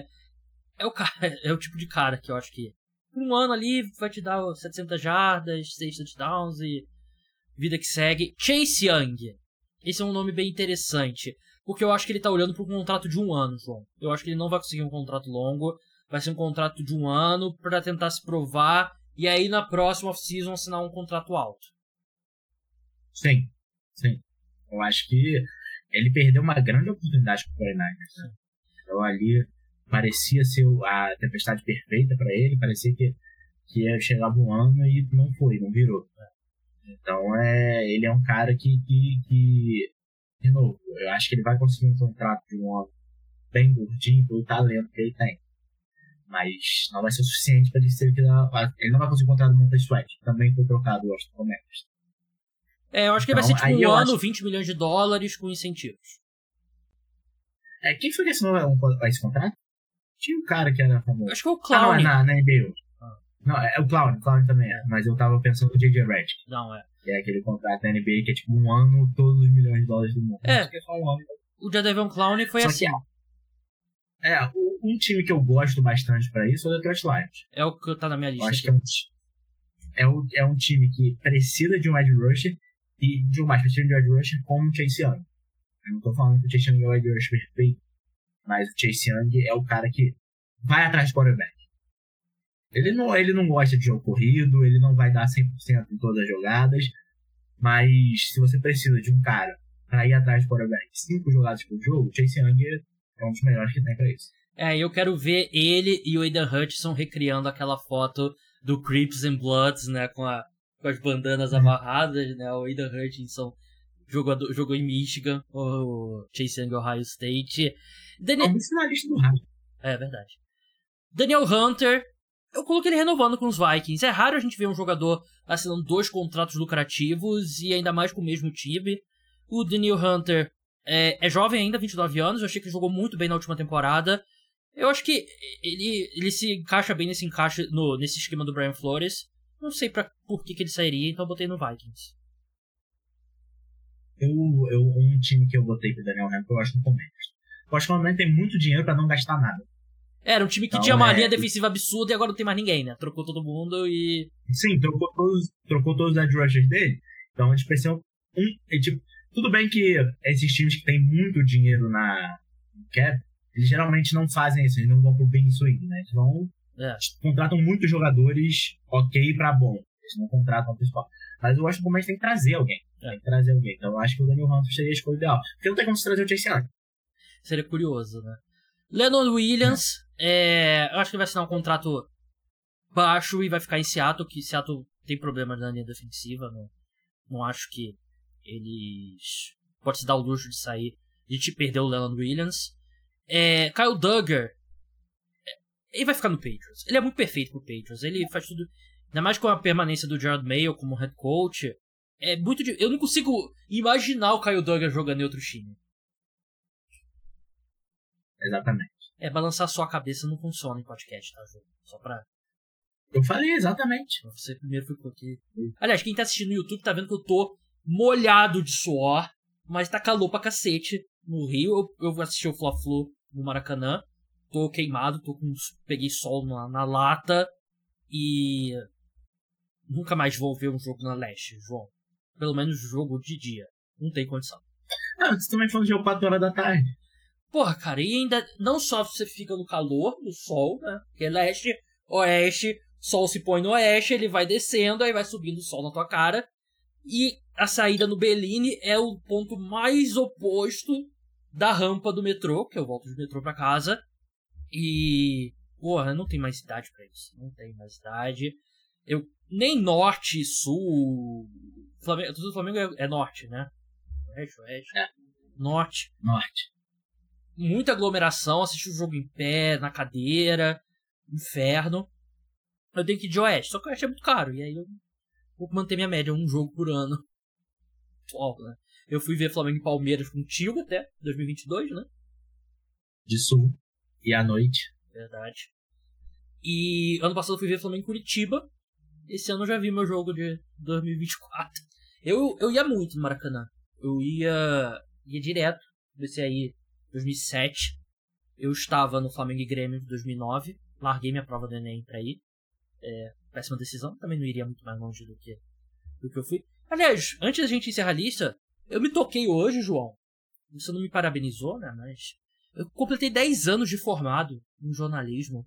é o tipo de cara que eu acho que um ano ali vai te dar 700 jardas, 6 touchdowns e vida que segue. Chase Young. Esse é um nome bem interessante, porque eu acho que ele tá olhando para um contrato de 1 ano, João. Eu acho que ele não vai conseguir um contrato longo, vai ser um contrato de 1 ano para tentar se provar e aí na próxima off-season assinar um contrato alto. Sim. Eu acho que ele perdeu uma grande oportunidade com o 49ers. Então ali parecia ser a tempestade perfeita para ele, parecia que ia chegar um ano e não virou. Então ele é um cara que, de novo, eu acho que ele vai conseguir um contrato de 1 ano bem gordinho pelo talento que ele tem. Mas não vai ser o suficiente para dizer que ele não vai conseguir encontrar o Montez Sweat. Também foi trocado, eu acho, com o Commanders. Eu acho que ele vai ser tipo 1 ano, $20 milhões com incentivos. Quem foi que assinou esse contrato? Tinha um cara que era famoso. Acho que foi o Clown. Não, é na NBA. Não, é o Clown também é. Mas eu tava pensando no J.J. Redick. Não, é. Que é aquele contrato da NBA que é tipo 1 ano, todos os $milhões do mundo. Acho que é só 1 ano. O Jadavion Clown foi assim. Um time que eu gosto bastante pra isso é o Detroit Lions. É o que tá na minha lista. Eu acho que é um time que precisa de um edge rusher e precisa de um edge rusher como o Chase Young. Eu não tô falando que o Chase Young é o edge rusher perfeito, mas o Chase Young é o cara que vai atrás do quarterback. Ele não gosta de jogo corrido, ele não vai dar 100% em todas as jogadas, mas se você precisa de um cara pra ir atrás do quarterback 5 jogadas por jogo, o Chase Young é um dos melhores que tem pra isso. Eu quero ver ele e o Aidan Hutchinson recriando aquela foto do Crips and Bloods, né, com as bandanas amarradas, né, o Aidan Hutchinson jogou em Michigan, o Chase Young Ohio State. Um finalista do rádio. É verdade. Daniel Hunter, eu coloquei ele renovando com os Vikings. É raro a gente ver um jogador assinando 2 contratos lucrativos e ainda mais com o mesmo time. O Daniel Hunter é jovem ainda, 29 anos. Eu achei que ele jogou muito bem na última temporada. Eu acho que ele se encaixa bem nesse esquema do Brian Flores. Não sei por que ele sairia, então eu botei no Vikings. Um time que eu botei pro Daniel Hunter, eu acho no Commanders. Eu acho que o Commanders tem muito dinheiro pra não gastar nada. Era um time que tinha uma linha defensiva absurda e agora não tem mais ninguém, né? Trocou todo mundo e... Sim, trocou todos os edge rushers dele. Então eles precisam... tudo bem que esses times que tem muito dinheiro na cap, eles geralmente não fazem isso, eles não vão pro big swing, né? Eles contratam muitos jogadores ok pra bom. Eles não contratam o principal. Mas eu acho que o Commanders tem que trazer alguém. Então eu acho que o Daniel Hunter seria a escolha ideal. Porque não tem como se trazer o Chase Young. seria curioso, né? Leonard Williams, eu acho que ele vai assinar um contrato baixo e vai ficar em Seattle, que Seattle tem problemas na linha defensiva, não acho que eles podem se dar o luxo de sair, de te perder o Leonard Williams. Kyle Duggar, ele vai ficar no Patriots, ele é muito perfeito pro Patriots, ele faz tudo, ainda mais com a permanência do Gerard Mayo como head coach, eu não consigo imaginar o Kyle Duggar jogando em outro time. Exatamente. Balançar só a cabeça não funciona em podcast, tá, jogo? Só pra... Eu falei exatamente. Você primeiro ficou aqui. Aliás, quem tá assistindo no YouTube tá vendo que eu tô molhado de suor, mas tá calor pra cacete no Rio. Eu vou assistir o Fla-Flu no Maracanã. Tô queimado, peguei sol na lata e nunca mais vou ver um jogo na Leste, João. Pelo menos jogo de dia. Não tem condição. Você também foi um jogo 4 horas da tarde. Porra, cara, e ainda não só você fica no calor, no sol, né? Porque leste, oeste, sol se põe no oeste, ele vai descendo, aí vai subindo o sol na tua cara. E a saída no Bellini é o ponto mais oposto da rampa do metrô, que eu volto de metrô pra casa. E, porra, não tem mais idade pra isso. Não tem mais idade. Nem norte, sul... Flamengo, tudo do Flamengo é norte, né? Oeste. Norte. Muita aglomeração, assistir o jogo em pé, na cadeira, inferno. Eu tenho que ir de oeste, só que o oeste é muito caro, e aí eu vou manter minha média, um jogo por ano. Né? Eu fui ver Flamengo e Palmeiras contigo até 2022, né? De sul. E à noite. Verdade. E ano passado eu fui ver Flamengo e Curitiba. Esse ano eu já vi meu jogo de 2024. Eu ia muito no Maracanã. Eu ia direto. Comecei aí 2007, eu estava no Flamengo e Grêmio de 2009, larguei minha prova do Enem pra ir, péssima decisão, também não iria muito mais longe do que eu fui. Aliás, antes da gente encerrar a lista, eu me toquei hoje, João, você não me parabenizou, né, mas eu completei 10 anos de formado em jornalismo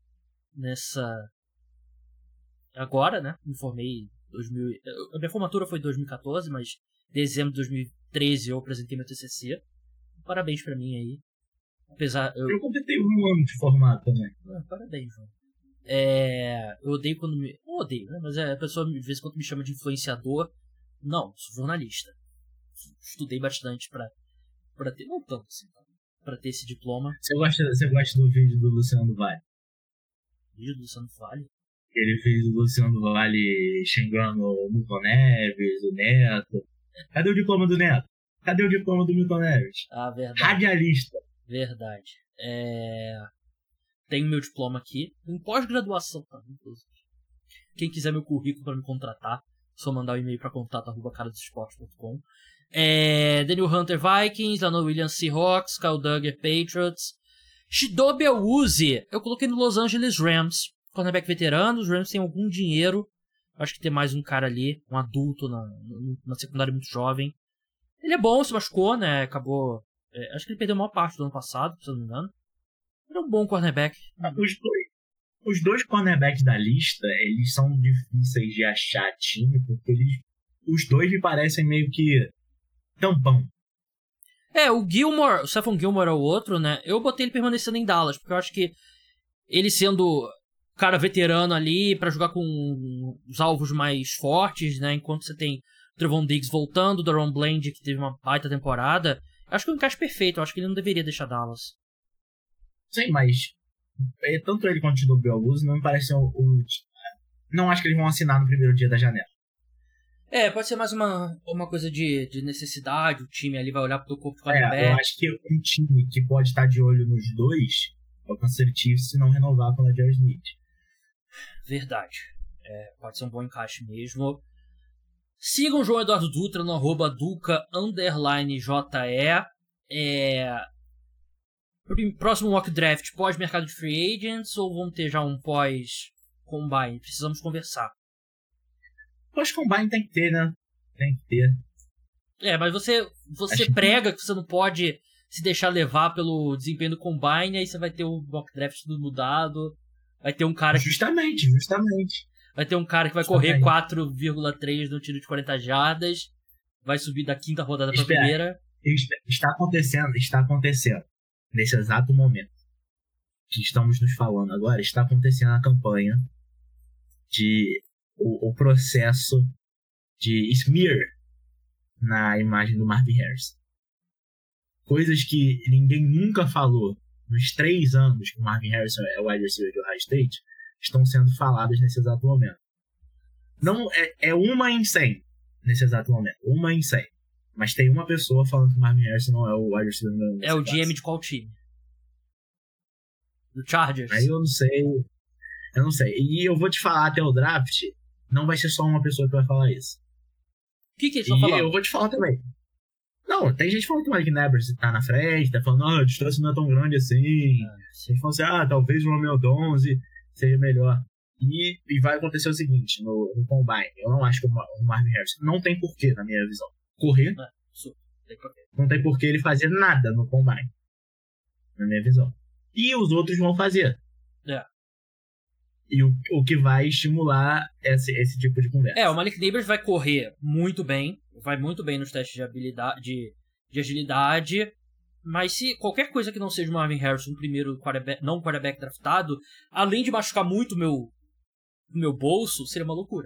agora, né, me formei a minha formatura foi em 2014, mas em dezembro de 2013 eu apresentei meu TCC, parabéns pra mim aí. Eu completei 1 ano de formato também. Parabéns, João. Eu odeio quando me... Não odeio, né? Mas a pessoa de vez em quando me chama de influenciador. Não, sou jornalista. Estudei bastante pra ter... Não tanto assim, pra ter esse diploma. Você gosta do vídeo do Luciano do Vale? Vídeo do Luciano do Vale? Ele fez o Luciano do Vale xingando o Milton Neves, o Neto. Cadê o diploma do Neto? Cadê o diploma do Milton Neves? Verdade. Radialista. Verdade. Tenho meu diploma aqui. Em pós-graduação, tá? Inclusive. Quem quiser meu currículo pra me contratar, só mandar o e-mail pra contato@caradosesportes.com. Daniel Hunter, Vikings. Leonard Williams, Seahawks. Kyle Duggar, Patriots. Chidobe Awuzie, eu coloquei no Los Angeles Rams. Cornerback veterano. Os Rams têm algum dinheiro. Acho que tem mais um cara ali, um adulto na secundária muito jovem. Ele é bom, se machucou, né? Acabou... acho que ele perdeu a maior parte do ano passado, se eu não me engano. Ele é um bom cornerback. Os dois cornerbacks da lista, eles são difíceis de achar time, porque os dois me parecem meio que tampão. O Stephon Gilmore é o outro, né? Eu botei ele permanecendo em Dallas, porque eu acho que ele sendo cara veterano ali pra jogar com os alvos mais fortes, né? Enquanto você tem o Trevon Diggs voltando, o Daron Bland, que teve uma baita temporada. Acho que é um encaixe perfeito. Eu acho que ele não deveria deixar Dallas. Sim, mas tanto ele quanto o Chidobe Awuzie não me parecem não acho que eles vão assinar no primeiro dia da janela. Pode ser mais uma coisa de necessidade. O time ali vai olhar pro corpo de quarterback. Eu acho que um time que pode estar de olho nos dois é o Kansas City Chiefs se não renovar com a Jerry Smith. Verdade. Pode ser um bom encaixe mesmo. Sigam o João Eduardo Dutra no @duca_JE. Próximo mock draft, pós-mercado de free agents ou vamos ter já um pós-combine? Precisamos conversar. Pós-combine tem que ter, né? Tem que ter. Mas você prega que você não pode se deixar levar pelo desempenho do combine, aí você vai ter o mock draft tudo mudado. Vai ter um cara Justamente. Vai ter um cara que vai correr 4,3 no tiro de 40 jardas. Vai subir da 5ª rodada pra primeira. Está acontecendo. nesse exato momento que estamos nos falando agora, está acontecendo a campanha de o processo de smear na imagem do Marvin Harrison. Coisas que ninguém nunca falou nos 3 anos que o Marvin Harrison é o wide receiver de Ohio State estão sendo faladas nesse exato momento. Não, é uma em 100 nesse exato momento. Uma em 100. Mas tem uma pessoa falando que o Marvin Harrison não é o wide receiver. É o GM de qual time? Do Chargers? Aí eu não sei. E eu vou te falar até o draft, não vai ser só uma pessoa que vai falar isso. O que eles estão falando? E eu vou te falar também. Não, tem gente falando que o Malik Nabers tá na frente, tá falando, a distância não é tão grande assim. Tem gente falando assim, talvez o Romeo Donzi seja melhor. E vai acontecer o seguinte, no Combine, eu não acho que o Marvin Harrison não tem porquê, na minha visão, correr. Não tem porquê ele fazer nada no Combine, na minha visão. E os outros vão fazer. E o que vai estimular esse tipo de conversa. O Malik Nabers vai correr muito bem, vai muito bem nos testes de habilidade, de agilidade, mas se qualquer coisa que não seja o Marvin Harrison, primeiro não quarterback draftado, além de machucar muito o meu bolso, seria uma loucura.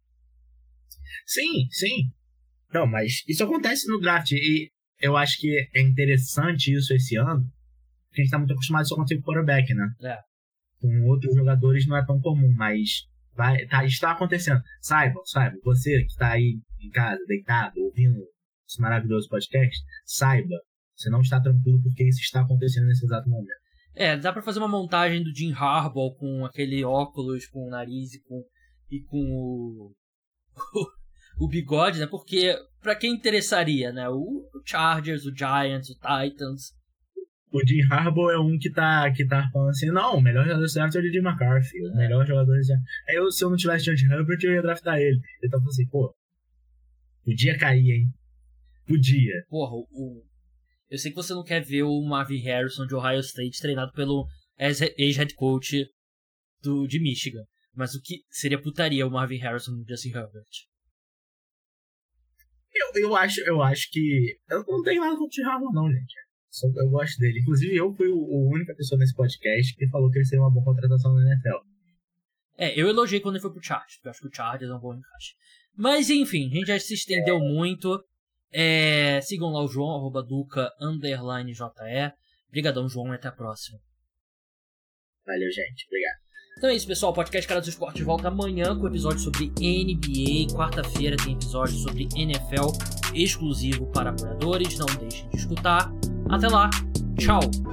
Sim. Não, mas isso acontece no draft, e eu acho que é interessante isso esse ano, porque a gente tá muito acostumado a isso acontecer com o quarterback, né? Com outros jogadores não é tão comum, mas está acontecendo. Saiba, você que está aí em casa, deitado, ouvindo esse maravilhoso podcast, saiba, você não está tranquilo porque isso está acontecendo nesse exato momento. Dá pra fazer uma montagem do Jim Harbaugh com aquele óculos, com o nariz e com o bigode, né? Porque pra quem interessaria, né? O Chargers, o Giants, o Titans. O Jim Harbaugh é um que tá falando assim, não, o melhor jogador do draft é o DJ McCarthy, o melhor jogador do draft. Aí se eu não tivesse George Herbert, eu ia draftar ele. Ele tá falando assim, podia cair, hein? Podia. Porra, eu sei que você não quer ver o Marvin Harrison de Ohio State treinado pelo ex-head coach de Michigan, mas o que seria putaria o Marvin Harrison no Justin Herbert? Eu acho que... Eu não tenho nada contra o Jim Harbaugh, não, gente. Eu gosto dele. Inclusive, eu fui a única pessoa nesse podcast que falou que ele seria uma boa contratação na NFL. Eu elogiei quando ele foi pro Chargers, porque eu acho que o Chargers é um bom encaixe. Mas, enfim, a gente já se estendeu muito. Sigam lá o João, @Duca_JE. Obrigadão, João, e até a próxima. Valeu, gente. Obrigado. Então é isso, pessoal. O podcast Cara dos Esportes volta amanhã com episódio sobre NBA. Quarta-feira tem episódio sobre NFL exclusivo para apoiadores. Não deixem de escutar. Até lá. Tchau.